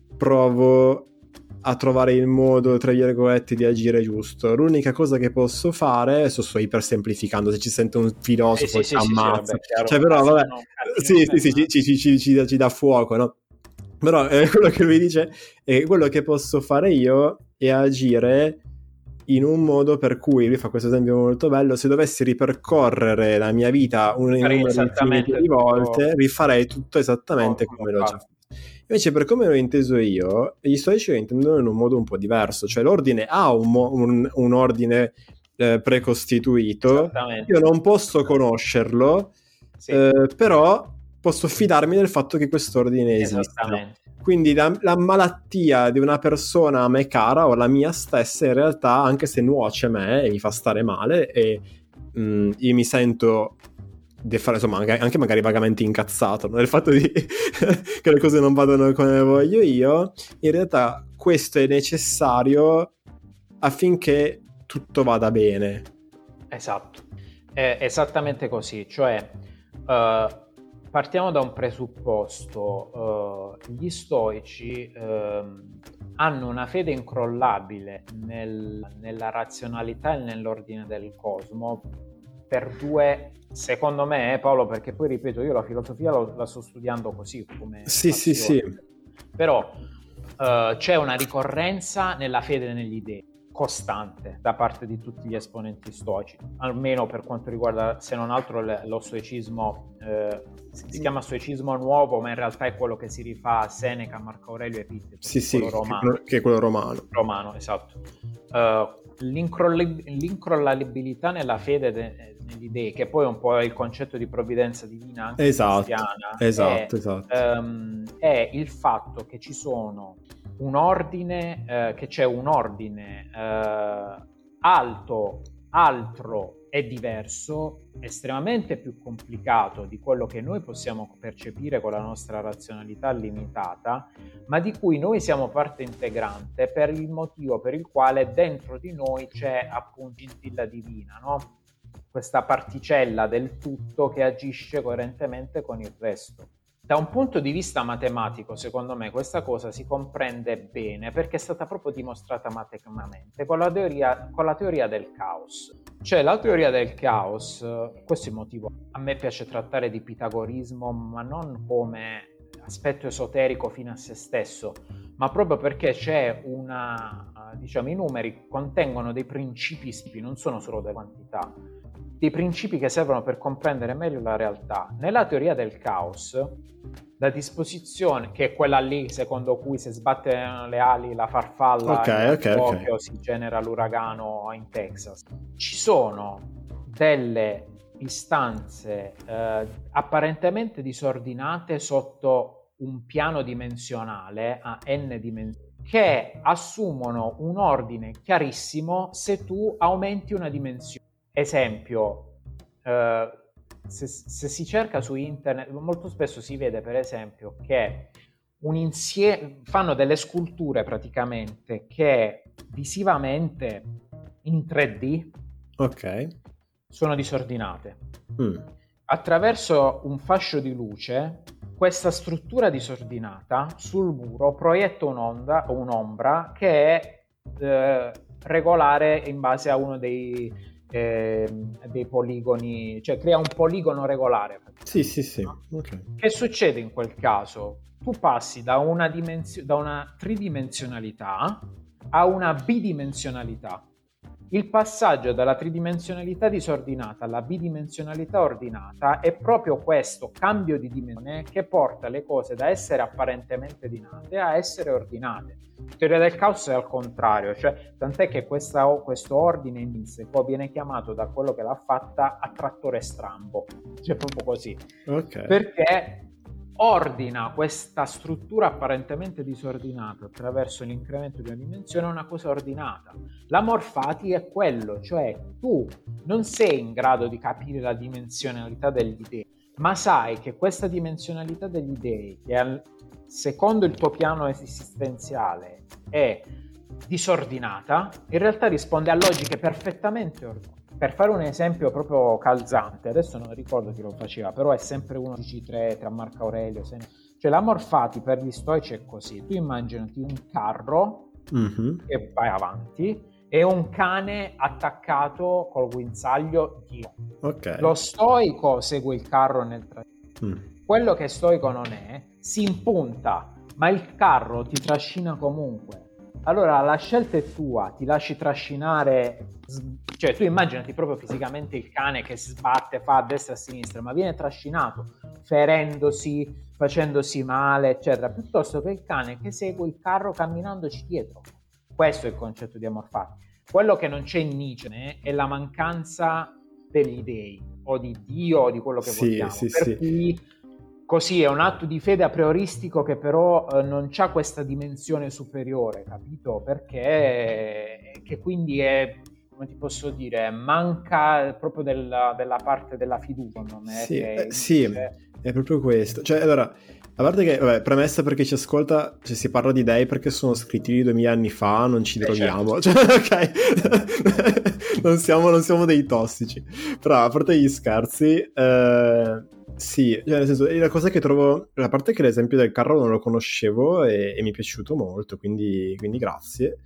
provo a trovare il modo, tra virgolette, di agire giusto. L'unica cosa che posso fare, adesso sto ipersemplificando, se ci sente un filosofo sì, ci sì, sì, ammazza, sì, vabbè, cioè però vabbè, no, sì, sì, sì, ci, ci, ci, ci, ci dà fuoco, no? Però eh, quello che lui dice è quello che posso fare io è agire in un modo per cui, lui fa questo esempio molto bello, se dovessi ripercorrere la mia vita un numero infinito di volte, rifarei tutto esattamente oh, come l'ho già fatto. Invece per come l'ho inteso io, gli stoici lo intendono in un modo un po' diverso, cioè l'ordine ha un, mo- un, un ordine eh, precostituito, io non posso conoscerlo, sì. eh, però posso fidarmi del fatto che quest'ordine esista. Quindi la, la malattia di una persona a me cara o la mia stessa in realtà, anche se nuoce a me e mi fa stare male e mh, io mi sento di fare, insomma, anche, anche magari vagamente incazzato, no? Del fatto di che le cose non vadano come voglio io, in realtà questo è necessario affinché tutto vada bene. Esatto, è esattamente così, cioè uh, partiamo da un presupposto, uh, gli stoici uh, hanno una fede incrollabile nel, nella razionalità e nell'ordine del cosmo per due, secondo me, eh, Paolo, perché poi ripeto, io la filosofia lo, la sto studiando così come sì, sì, sì. però uh, c'è una ricorrenza nella fede e negli dei. costante da parte di tutti gli esponenti stoici, almeno per quanto riguarda, se non altro, le, lo stoicismo, eh, si, si chiama stoicismo nuovo, ma in realtà è quello che si rifà a Seneca, Marco Aurelio e Epitteto, sì, sì, romano. Che, che è quello romano. Romano, esatto. Uh, l'incroll- l'incrollabilità nella fede de- negli dei, che poi è un po' il concetto di provvidenza divina anche esatto, cristiana, esatto, è, esatto. um, è il fatto che ci sono un ordine, uh, che c'è un ordine uh, alto, altro e diverso, estremamente più complicato di quello che noi possiamo percepire con la nostra razionalità limitata, ma di cui noi siamo parte integrante per il motivo per il quale dentro di noi c'è appunto scintilla divina, no? Questa particella del tutto che agisce coerentemente con il resto. Da un punto di vista matematico, secondo me, questa cosa si comprende bene perché è stata proprio dimostrata matematicamente con la teoria, con la teoria del caos. Cioè, la teoria del caos, questo è il motivo. A me piace trattare di pitagorismo, ma non come aspetto esoterico fino a se stesso, ma proprio perché c'è una, diciamo, i numeri contengono dei principi, non sono solo delle quantità, dei principi che servono per comprendere meglio la realtà. Nella teoria del caos, la disposizione, che è quella lì secondo cui se sbatte le ali la farfalla okay, in okay, Tokyo okay. si genera l'uragano in Texas, ci sono delle istanze eh, apparentemente disordinate sotto un piano dimensionale a n dimensioni che assumono un ordine chiarissimo se tu aumenti una dimensione. Esempio, eh, se, se si cerca su internet, molto spesso si vede per esempio che un insieme, fanno delle sculture praticamente che visivamente in tre D ok, sono disordinate. mm. Attraverso un fascio di luce, questa struttura disordinata sul muro proietta un'onda o un'ombra che è eh, regolare in base a uno dei Eh, dei poligoni, cioè crea un poligono regolare. Sì, sì, sì. Okay. Che succede in quel caso? Tu passi da una, dimensio- da una tridimensionalità a una bidimensionalità. Il passaggio dalla tridimensionalità disordinata alla bidimensionalità ordinata è proprio questo cambio di dimensione che porta le cose da essere apparentemente dinate a essere ordinate. La teoria del caos è al contrario, cioè tant'è che questa, questo ordine intrinseco viene chiamato da quello che l'ha fatta attrattore strambo, cioè proprio così. Okay. Perché ordina questa struttura apparentemente disordinata attraverso l'incremento di una dimensione a una cosa ordinata. L'amor fati è quello, cioè tu non sei in grado di capire la dimensionalità degli dei, ma sai che questa dimensionalità degli dei, che al, secondo il tuo piano esistenziale è disordinata, in realtà risponde a logiche perfettamente ordinate. Per fare un esempio proprio calzante, adesso non ricordo chi lo faceva, però è sempre uno di C tre tra Marco Aurelio, se ne... cioè l'amor fati per gli stoici è così: tu immaginati un carro mm-hmm. che vai avanti e un cane attaccato col guinzaglio dietro. Okay. Lo stoico segue il carro nel tragitto. Mm. Quello che stoico non è, si impunta, ma il carro ti trascina comunque. Allora la scelta è tua, ti lasci trascinare, cioè tu immaginati proprio fisicamente il cane che si sbatte, fa a destra e a sinistra, ma viene trascinato, ferendosi, facendosi male, eccetera, piuttosto che il cane che segue il carro camminandoci dietro. Questo è il concetto di amor fati. Quello che non c'è in Nietzsche è la mancanza degli dei, o di Dio, o di quello che sì, vogliamo, sì, per sì. cui così è un atto di fede a prioristico che però eh, non c'ha questa dimensione superiore, capito? Perché che quindi è, come ti posso dire, manca proprio della, della parte della fiducia, secondo me. Sì, che eh, sì, è proprio questo. Cioè, allora, a parte che, vabbè, premessa per chi ci ascolta, se si parla di dei perché sono scritti di duemila anni fa, non ci droghiamo. Eh, certo. Cioè, ok, non siamo, non siamo dei tossici. Però, a parte gli scherzi, eh, Sì, cioè nel senso, la cosa che trovo, a parte che l'esempio del carro non lo conoscevo e, e mi è piaciuto molto, quindi, quindi grazie.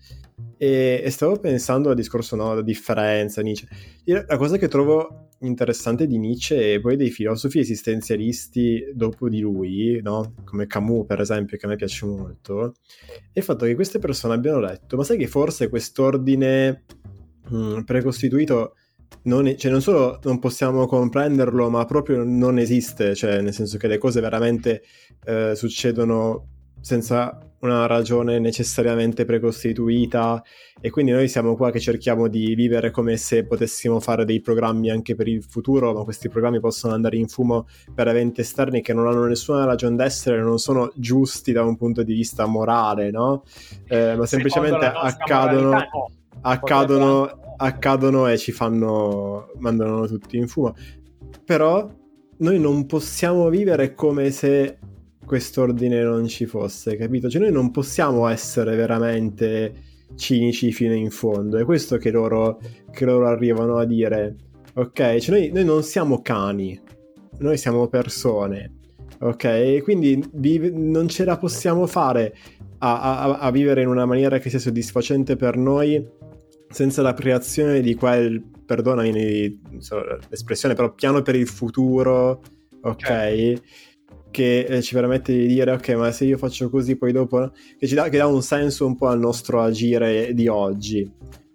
E, e stavo pensando al discorso, no, la differenza, Nietzsche. Io, la cosa che trovo interessante di Nietzsche e poi dei filosofi esistenzialisti dopo di lui, no, come Camus per esempio, che a me piace molto, è il fatto che queste persone abbiano detto, ma sai che forse quest'ordine mh, precostituito non, è, cioè non solo non possiamo comprenderlo, ma proprio non esiste, cioè nel senso che le cose veramente eh, succedono senza una ragione necessariamente precostituita, e quindi noi siamo qua che cerchiamo di vivere come se potessimo fare dei programmi anche per il futuro, ma questi programmi possono andare in fumo per eventi esterni che non hanno nessuna ragione d'essere, non sono giusti da un punto di vista morale, no? Eh, ma semplicemente accadono, moralità, no. accadono accadono e ci fanno, mandano tutti in fumo. Però noi non possiamo vivere come se quest'ordine non ci fosse, capito? Cioè noi non possiamo essere veramente cinici fino in fondo, è questo che loro, che loro arrivano a dire, ok? Cioè noi, noi non siamo cani, noi siamo persone, ok? E quindi vive, non ce la possiamo fare a, a, a vivere in una maniera che sia soddisfacente per noi senza la creazione di quel, perdonami l'espressione, però piano per il futuro, ok? Certo. Che eh, ci permette di dire, ok, ma se io faccio così poi dopo, che ci dà, che dà un senso un po' al nostro agire di oggi.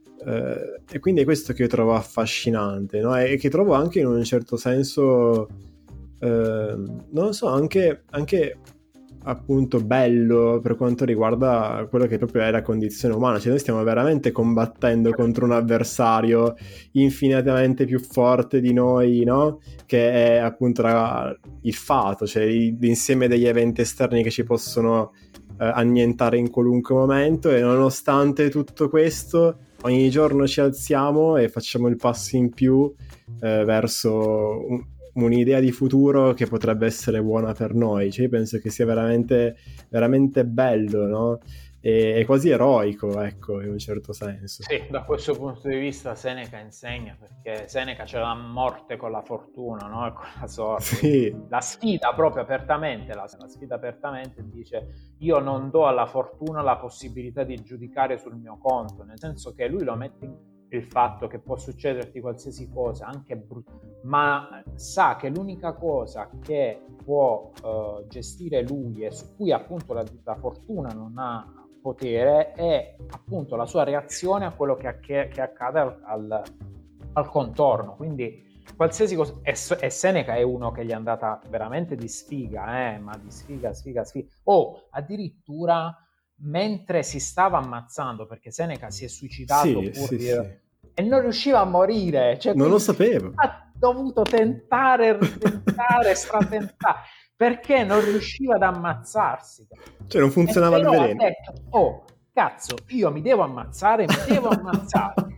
Eh, e quindi è questo che io trovo affascinante, no? E che trovo anche in un certo senso, eh, non lo so, anche... anche appunto bello per quanto riguarda quello che proprio è la condizione umana, cioè noi stiamo veramente combattendo contro un avversario infinitamente più forte di noi, no? Che è appunto la, il fato, cioè l'insieme degli eventi esterni che ci possono eh, annientare in qualunque momento, e nonostante tutto questo ogni giorno ci alziamo e facciamo il passo in più eh, verso un, un'idea di futuro che potrebbe essere buona per noi. Cioè io penso che sia veramente veramente bello, no? E è quasi eroico, ecco, in un certo senso. Sì, da questo punto di vista Seneca insegna, perché Seneca c'è la morte con la fortuna, no? E con la sorte. Sì. La sfida proprio apertamente, la, la sfida apertamente dice: io non do alla fortuna la possibilità di giudicare sul mio conto, nel senso che lui lo mette in il fatto che può succederti qualsiasi cosa, anche brutta, ma sa che l'unica cosa che può uh, gestire lui e su cui appunto la, la fortuna non ha potere è appunto la sua reazione a quello che, che, che accade al, al, al contorno. Quindi qualsiasi cosa, e, e Seneca è uno che gli è andata veramente di sfiga, eh, ma di sfiga, sfiga, sfiga. O addirittura mentre si stava ammazzando, perché Seneca si è suicidato sì, pur sì, di... sì. e non riusciva a morire, cioè, non lo sapevo, ha dovuto tentare, tentare, stratentare, perché non riusciva ad ammazzarsi, cioè non funzionava il veleno. Ha detto: oh cazzo, io mi devo ammazzare, mi devo ammazzare.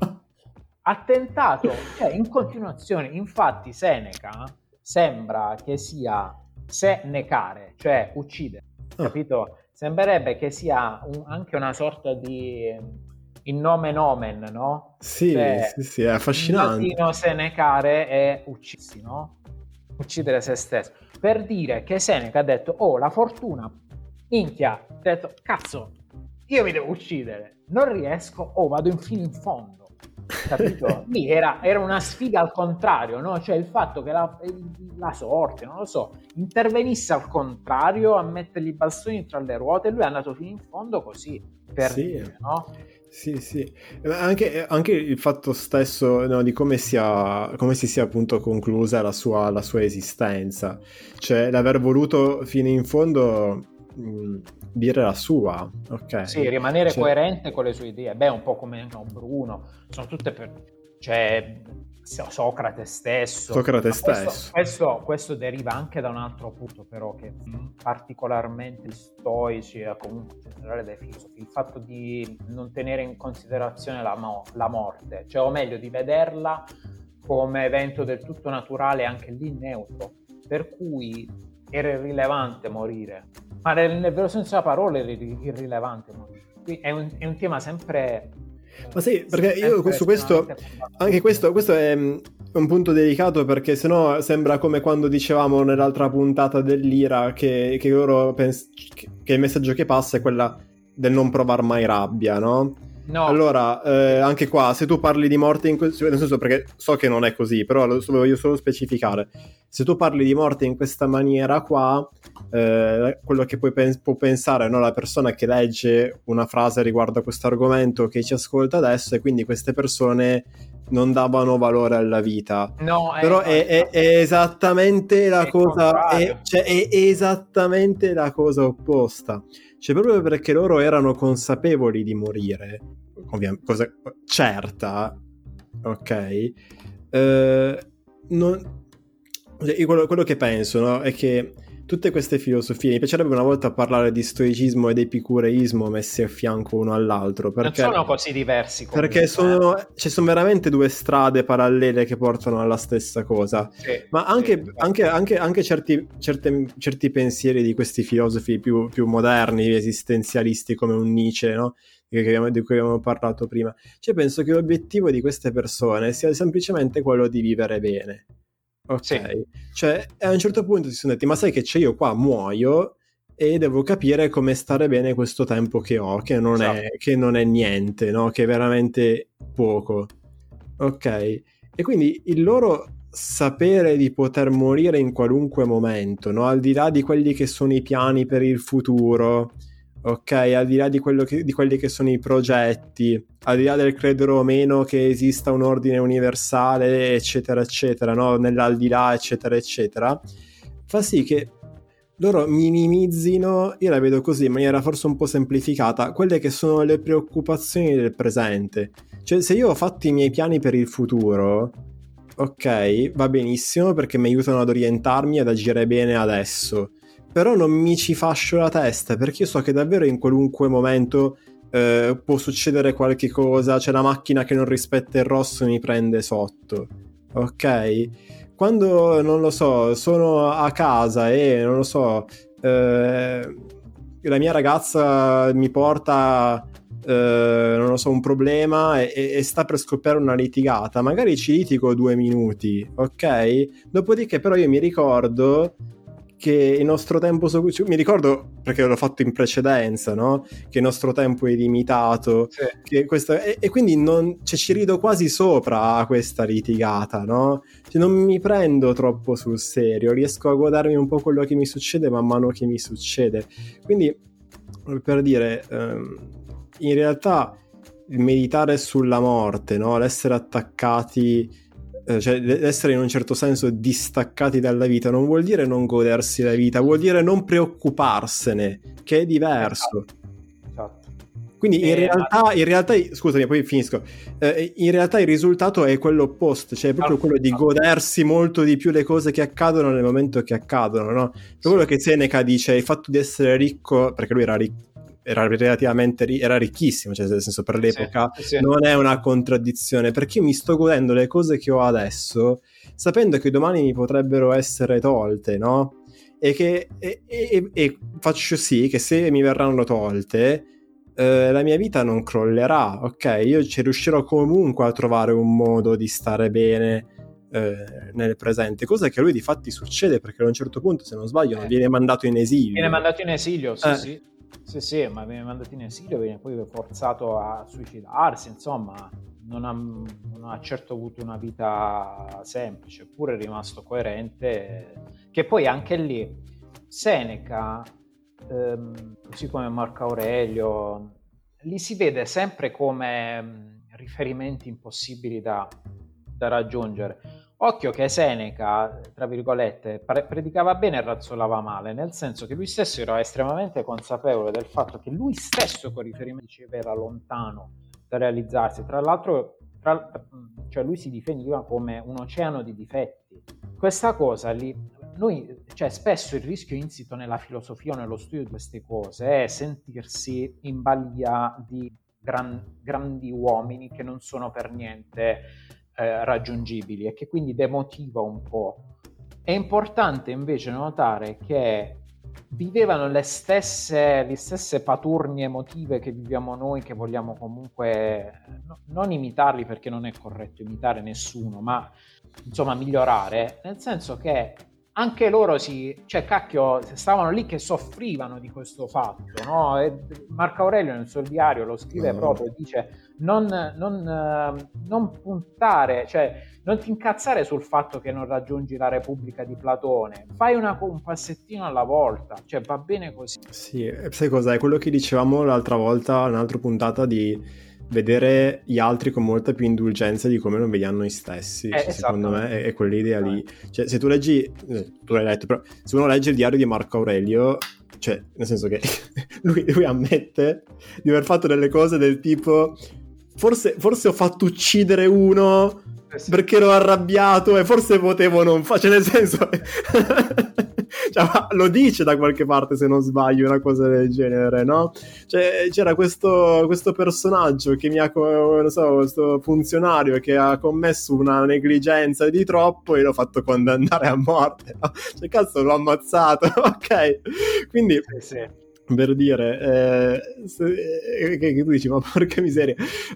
Ha tentato, cioè, in continuazione. Infatti Seneca sembra che sia senecare, cioè uccidere, oh. Capito? Sembrerebbe che sia un, anche una sorta di in nomen omen, no? Sì, cioè, sì, sì, è affascinante. Il latino senecare è uccidersi, no? Uccidere se stesso. Per dire che Seneca ha detto: oh, la fortuna, minchia, ha detto, cazzo, io mi devo uccidere, non riesco, oh, vado infino in fondo. Capito? Lì era, era una sfiga al contrario, no? Cioè il fatto che la, la sorte, non lo so, intervenisse al contrario a mettergli i bastoni tra le ruote, e lui è andato fino in fondo così, per sì. dire, no? Sì, sì, anche, anche il fatto stesso, no, di come sia, come si sia appunto conclusa la sua, la sua esistenza, cioè l'aver voluto fino in fondo mh, dire la sua, ok? Sì, rimanere cioè... coerente con le sue idee. Beh, un po' come no, Bruno, sono tutte per... cioè Socrate stesso. Socrate questo, stesso. Questo, questo deriva anche da un altro punto, però, che particolarmente stoici e comunque in generale dai filosofi, il fatto di non tenere in considerazione la, mo- la morte, cioè o meglio di vederla come evento del tutto naturale, anche lì neutro, per cui era irrilevante morire, ma nel, nel vero senso della parola era irrilevante morire. Quindi è un, è un tema sempre... Ma sì, perché io su questo, anche questo, questo è è un punto delicato, perché sennò sembra come quando dicevamo nell'altra puntata dell'Ira che, che loro pens- che il messaggio che passa è quella del non provar mai rabbia, no? No. Allora, eh, anche qua, se tu parli di morte in questo, nel senso, perché so che non è così, però lo voglio solo specificare. Se tu parli di morte in questa maniera qua, eh, quello che puoi pen- può pensare, no, la persona che legge una frase riguardo a questo argomento, che ci ascolta adesso, e quindi queste persone non davano valore alla vita. No, eh, però no, è, è, è esattamente la è cosa è, cioè, è esattamente la cosa opposta. Cioè, proprio perché loro erano consapevoli di morire, ovviamente, cosa certa, ok? Eh, non, cioè, quello, quello che penso, no, è che tutte queste filosofie, mi piacerebbe una volta parlare di stoicismo ed epicureismo messi a fianco uno all'altro, perché non sono così diversi comunque, perché sono, eh. ci sono veramente due strade parallele che portano alla stessa cosa. Sì, ma anche, sì, anche, anche, anche certi, certe, certi pensieri di questi filosofi più, più moderni, esistenzialisti, come un Nietzsche, no? Di cui, abbiamo, di cui abbiamo parlato prima, cioè penso che l'obiettivo di queste persone sia semplicemente quello di vivere bene. Ok, sì. Cioè a un certo punto si sono detti: ma sai che c'è, io qua muoio e devo capire come stare bene questo tempo che ho, che non, esatto. è, che non è niente, no? Che è veramente poco. Ok, e quindi il loro sapere di poter morire in qualunque momento, no? Al di là di quelli che sono i piani per il futuro, ok, al di là di, quello che, di quelli che sono i progetti, al di là del credere o meno che esista un ordine universale, eccetera eccetera, no? Nell'aldilà, eccetera eccetera, fa sì che loro minimizzino, io la vedo così in maniera forse un po' semplificata, quelle che sono le preoccupazioni del presente. Cioè, se io ho fatto i miei piani per il futuro, ok, va benissimo, perché mi aiutano ad orientarmi, ad agire bene adesso, però non mi ci fascio la testa, perché io so che davvero in qualunque momento eh, può succedere qualche cosa, c'è la macchina che non rispetta il rosso e mi prende sotto, ok? Quando, non lo so, sono a casa e, non lo so, eh, la mia ragazza mi porta, eh, non lo so, un problema e, e sta per scoppiare una litigata, magari ci litigo due minuti, ok? Dopodiché però io mi ricordo che il nostro tempo, so- mi ricordo perché l'ho fatto in precedenza, no? Che il nostro tempo è limitato, sì. Che questo, e, e quindi non, cioè, ci rido quasi sopra a questa litigata, no? Cioè, non mi prendo troppo sul serio, riesco a godermi un po' quello che mi succede man mano che mi succede. Quindi, per dire, ehm, in realtà il meditare sulla morte, no? L'essere attaccati, cioè essere in un certo senso distaccati dalla vita, non vuol dire non godersi la vita, vuol dire non preoccuparsene, che è diverso. Esatto. Esatto. Quindi in, eh, realtà, ma... in realtà, scusami, poi finisco, eh, in realtà il risultato è quello opposto, cioè è proprio quello di godersi molto di più le cose che accadono nel momento che accadono, no? Per sì. Quello che Seneca dice, il fatto di essere ricco, perché lui era ricco, era relativamente era ricchissimo, cioè nel senso per l'epoca sì, sì. Non è una contraddizione, perché io mi sto godendo le cose che ho adesso sapendo che domani mi potrebbero essere tolte, no? E che e, e, e faccio sì che se mi verranno tolte eh, la mia vita non crollerà, ok? Io ci riuscirò comunque a trovare un modo di stare bene eh, nel presente, cosa che a lui di fatti succede, perché a un certo punto, se non sbaglio, eh. viene mandato in esilio. Viene mandato in esilio, sì, eh. sì. Sì, sì, ma viene mandato in esilio, viene poi forzato a suicidarsi, insomma, non ha, non ha certo avuto una vita semplice, eppure è rimasto coerente, che poi anche lì Seneca, ehm, così come Marco Aurelio, li si vede sempre come mh, riferimenti impossibili da, da raggiungere. Occhio che Seneca, tra virgolette, pre- predicava bene e razzolava male, nel senso che lui stesso era estremamente consapevole del fatto che lui stesso con riferimenti era lontano da realizzarsi. Tra l'altro, tra, cioè lui si definiva come un oceano di difetti. Questa cosa lì, noi, cioè spesso il rischio insito nella filosofia o nello studio di queste cose è sentirsi in balia di gran, grandi uomini che non sono per niente Eh, raggiungibili e che quindi demotiva un po'. È importante invece notare che vivevano le stesse, le stesse paturnie emotive che viviamo noi, che vogliamo comunque no, non imitarli, perché non è corretto imitare nessuno, ma insomma migliorare, nel senso che anche loro si, cioè cacchio, stavano lì che soffrivano di questo fatto, no? E Marco Aurelio nel suo diario lo scrive no. proprio, dice non, non, non puntare, cioè non ti incazzare sul fatto che non raggiungi la Repubblica di Platone, fai una, un passettino alla volta, cioè va bene così. Sì, sai cosa? È quello che dicevamo l'altra volta, un'altra puntata, di vedere gli altri con molta più indulgenza di come non vediamo noi stessi. Eh, cioè, secondo me è, è quell'idea lì. Eh. Cioè, se tu leggi, eh, tu l'hai letto, però se uno legge il diario di Marco Aurelio, cioè, nel senso che lui, lui ammette di aver fatto delle cose del tipo forse, forse ho fatto uccidere uno eh sì. perché ero arrabbiato e forse potevo non fare, cioè nel senso cioè, lo dice da qualche parte, se non sbaglio, una cosa del genere, no? Cioè, c'era questo, questo personaggio che mi ha, non so, questo funzionario che ha commesso una negligenza di troppo e l'ho fatto condannare a morte, no? Cioè, cazzo, l'ho ammazzato, ok? Quindi, sì, sì. Per dire, eh, se, eh, che, che tu dici, ma porca miseria,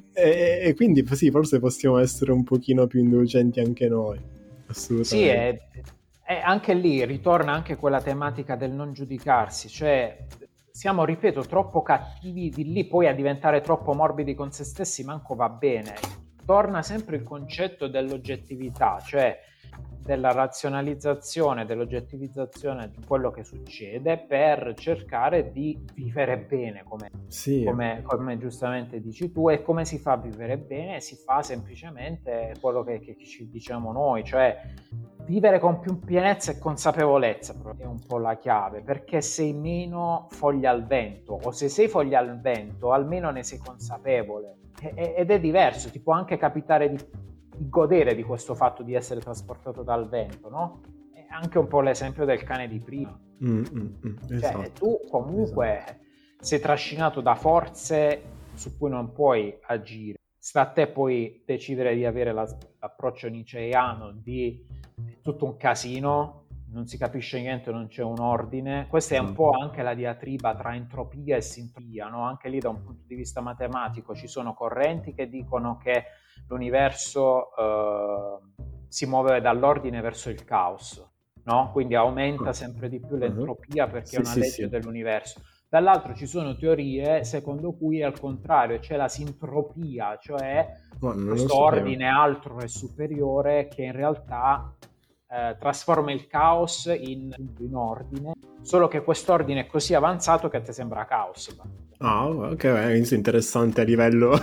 e eh, quindi sì, forse possiamo essere un pochino più indulgenti anche noi, assolutamente. Sì, è... E anche lì ritorna anche quella tematica del non giudicarsi, cioè siamo, ripeto, troppo cattivi di lì poi a diventare troppo morbidi con se stessi, manco va bene. Torna sempre il concetto dell'oggettività, cioè della razionalizzazione, dell'oggettivizzazione di quello che succede per cercare di vivere bene, come, sì. come, come giustamente dici tu. E come si fa a vivere bene? Si fa semplicemente quello che, che ci diciamo noi, cioè vivere con più pienezza e consapevolezza è un po' la chiave, perché sei meno foglia al vento, o se sei foglia al vento almeno ne sei consapevole, e, ed è diverso. Ti può anche capitare di, di godere di questo fatto di essere trasportato dal vento, no? È anche un po' l'esempio del cane di prima. Mm, mm, mm, cioè esatto. Tu comunque esatto. sei trascinato da forze su cui non puoi agire, sta a te poi decidere di avere la, l'approccio nietzscheano di tutto un casino, non si capisce niente, non c'è un ordine. Questa è un po' anche la diatriba tra entropia e sintopia, no? Anche lì da un punto di vista matematico ci sono correnti che dicono che l'universo eh, si muove dall'ordine verso il caos, no? Quindi aumenta sempre di più l'entropia perché sì, è una sì, legge sì. dell'universo. Dall'altro ci sono teorie secondo cui è al contrario, c'è la sintropia, cioè questo ordine altro e superiore che in realtà eh, trasforma il caos in, in ordine, solo che quest'ordine è così avanzato che a te sembra caos. Ah, ok, è interessante a livello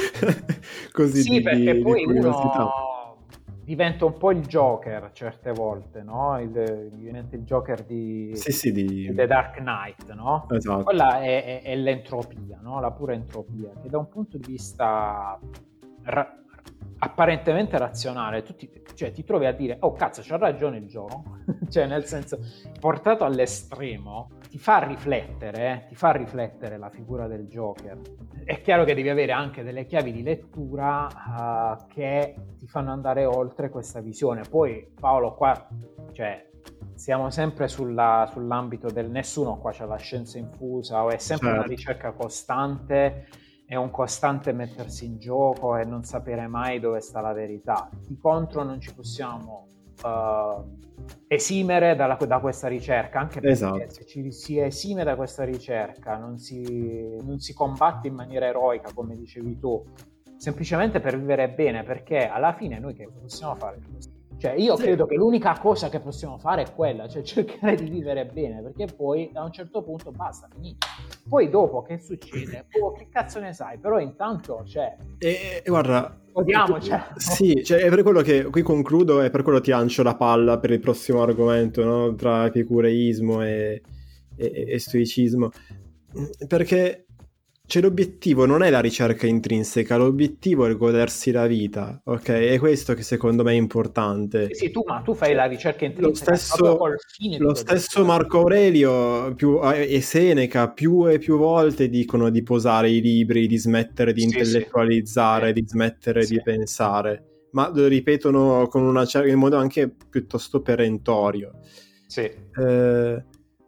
così sì, di, perché di, poi di curiosità. Uno diventa un po' il Joker certe volte, no? Il, diventa il Joker di, sì, sì, di... The Dark Knight, no? Esatto. Quella è, è, è l'entropia, no? La pura entropia, che da un punto di vista ra- apparentemente razionale, tu ti, cioè, ti trovi a dire, oh cazzo, c'ha ragione il gioco, cioè nel senso, portato all'estremo, ti fa riflettere, eh? ti fa riflettere la figura del Joker. È chiaro che devi avere anche delle chiavi di lettura uh, che ti fanno andare oltre questa visione. Poi Paolo qua, cioè, siamo sempre sulla, sull'ambito del nessuno qua c'ha la scienza infusa, o è sempre certo. una ricerca costante, è un costante mettersi in gioco e non sapere mai dove sta la verità. Di contro non ci possiamo uh, esimere dalla, da questa ricerca, anche perché esatto. se ci si esime da questa ricerca non si, non si combatte in maniera eroica, come dicevi tu, semplicemente per vivere bene, perché alla fine noi che possiamo fare? Cioè io sì. credo che l'unica cosa che possiamo fare è quella, cioè cercare di vivere bene, perché poi a un certo punto basta, finito. Poi dopo che succede? Oh, che cazzo ne sai? Però intanto, cioè... E, e guarda... Odiamo, cioè... Sì, cioè è per quello che qui concludo e per quello ti lancio la palla per il prossimo argomento, no? Tra epicureismo e, e, e stoicismo. Perché... Cioè l'obiettivo non è la ricerca intrinseca, l'obiettivo è godersi la vita, ok? È questo che secondo me è importante. Sì, tu, ma tu fai la ricerca intrinseca. Lo stesso, lo stesso Marco Aurelio più, e Seneca più e più volte dicono di posare i libri, di smettere di sì, intellettualizzare, sì. di smettere sì. di pensare, ma lo ripetono con una, in modo anche piuttosto perentorio. Sì. Eh,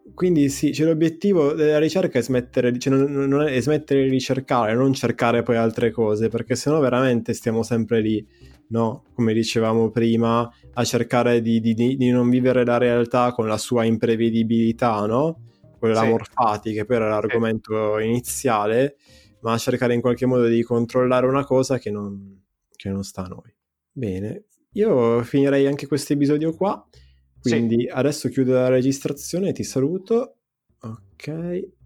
quindi sì, cioè l'obiettivo della ricerca è smettere, cioè non, non è, è smettere di ricercare, non cercare poi altre cose, perché sennò veramente stiamo sempre lì, no? Come dicevamo prima, a cercare di, di, di non vivere la realtà con la sua imprevedibilità, no? Quella Sì, morfati, che poi era sì. l'argomento iniziale, ma a cercare in qualche modo di controllare una cosa che non, che non sta a noi. Bene, io finirei anche questo episodio qua. Sì. Quindi adesso chiudo la registrazione, ti saluto. Ok.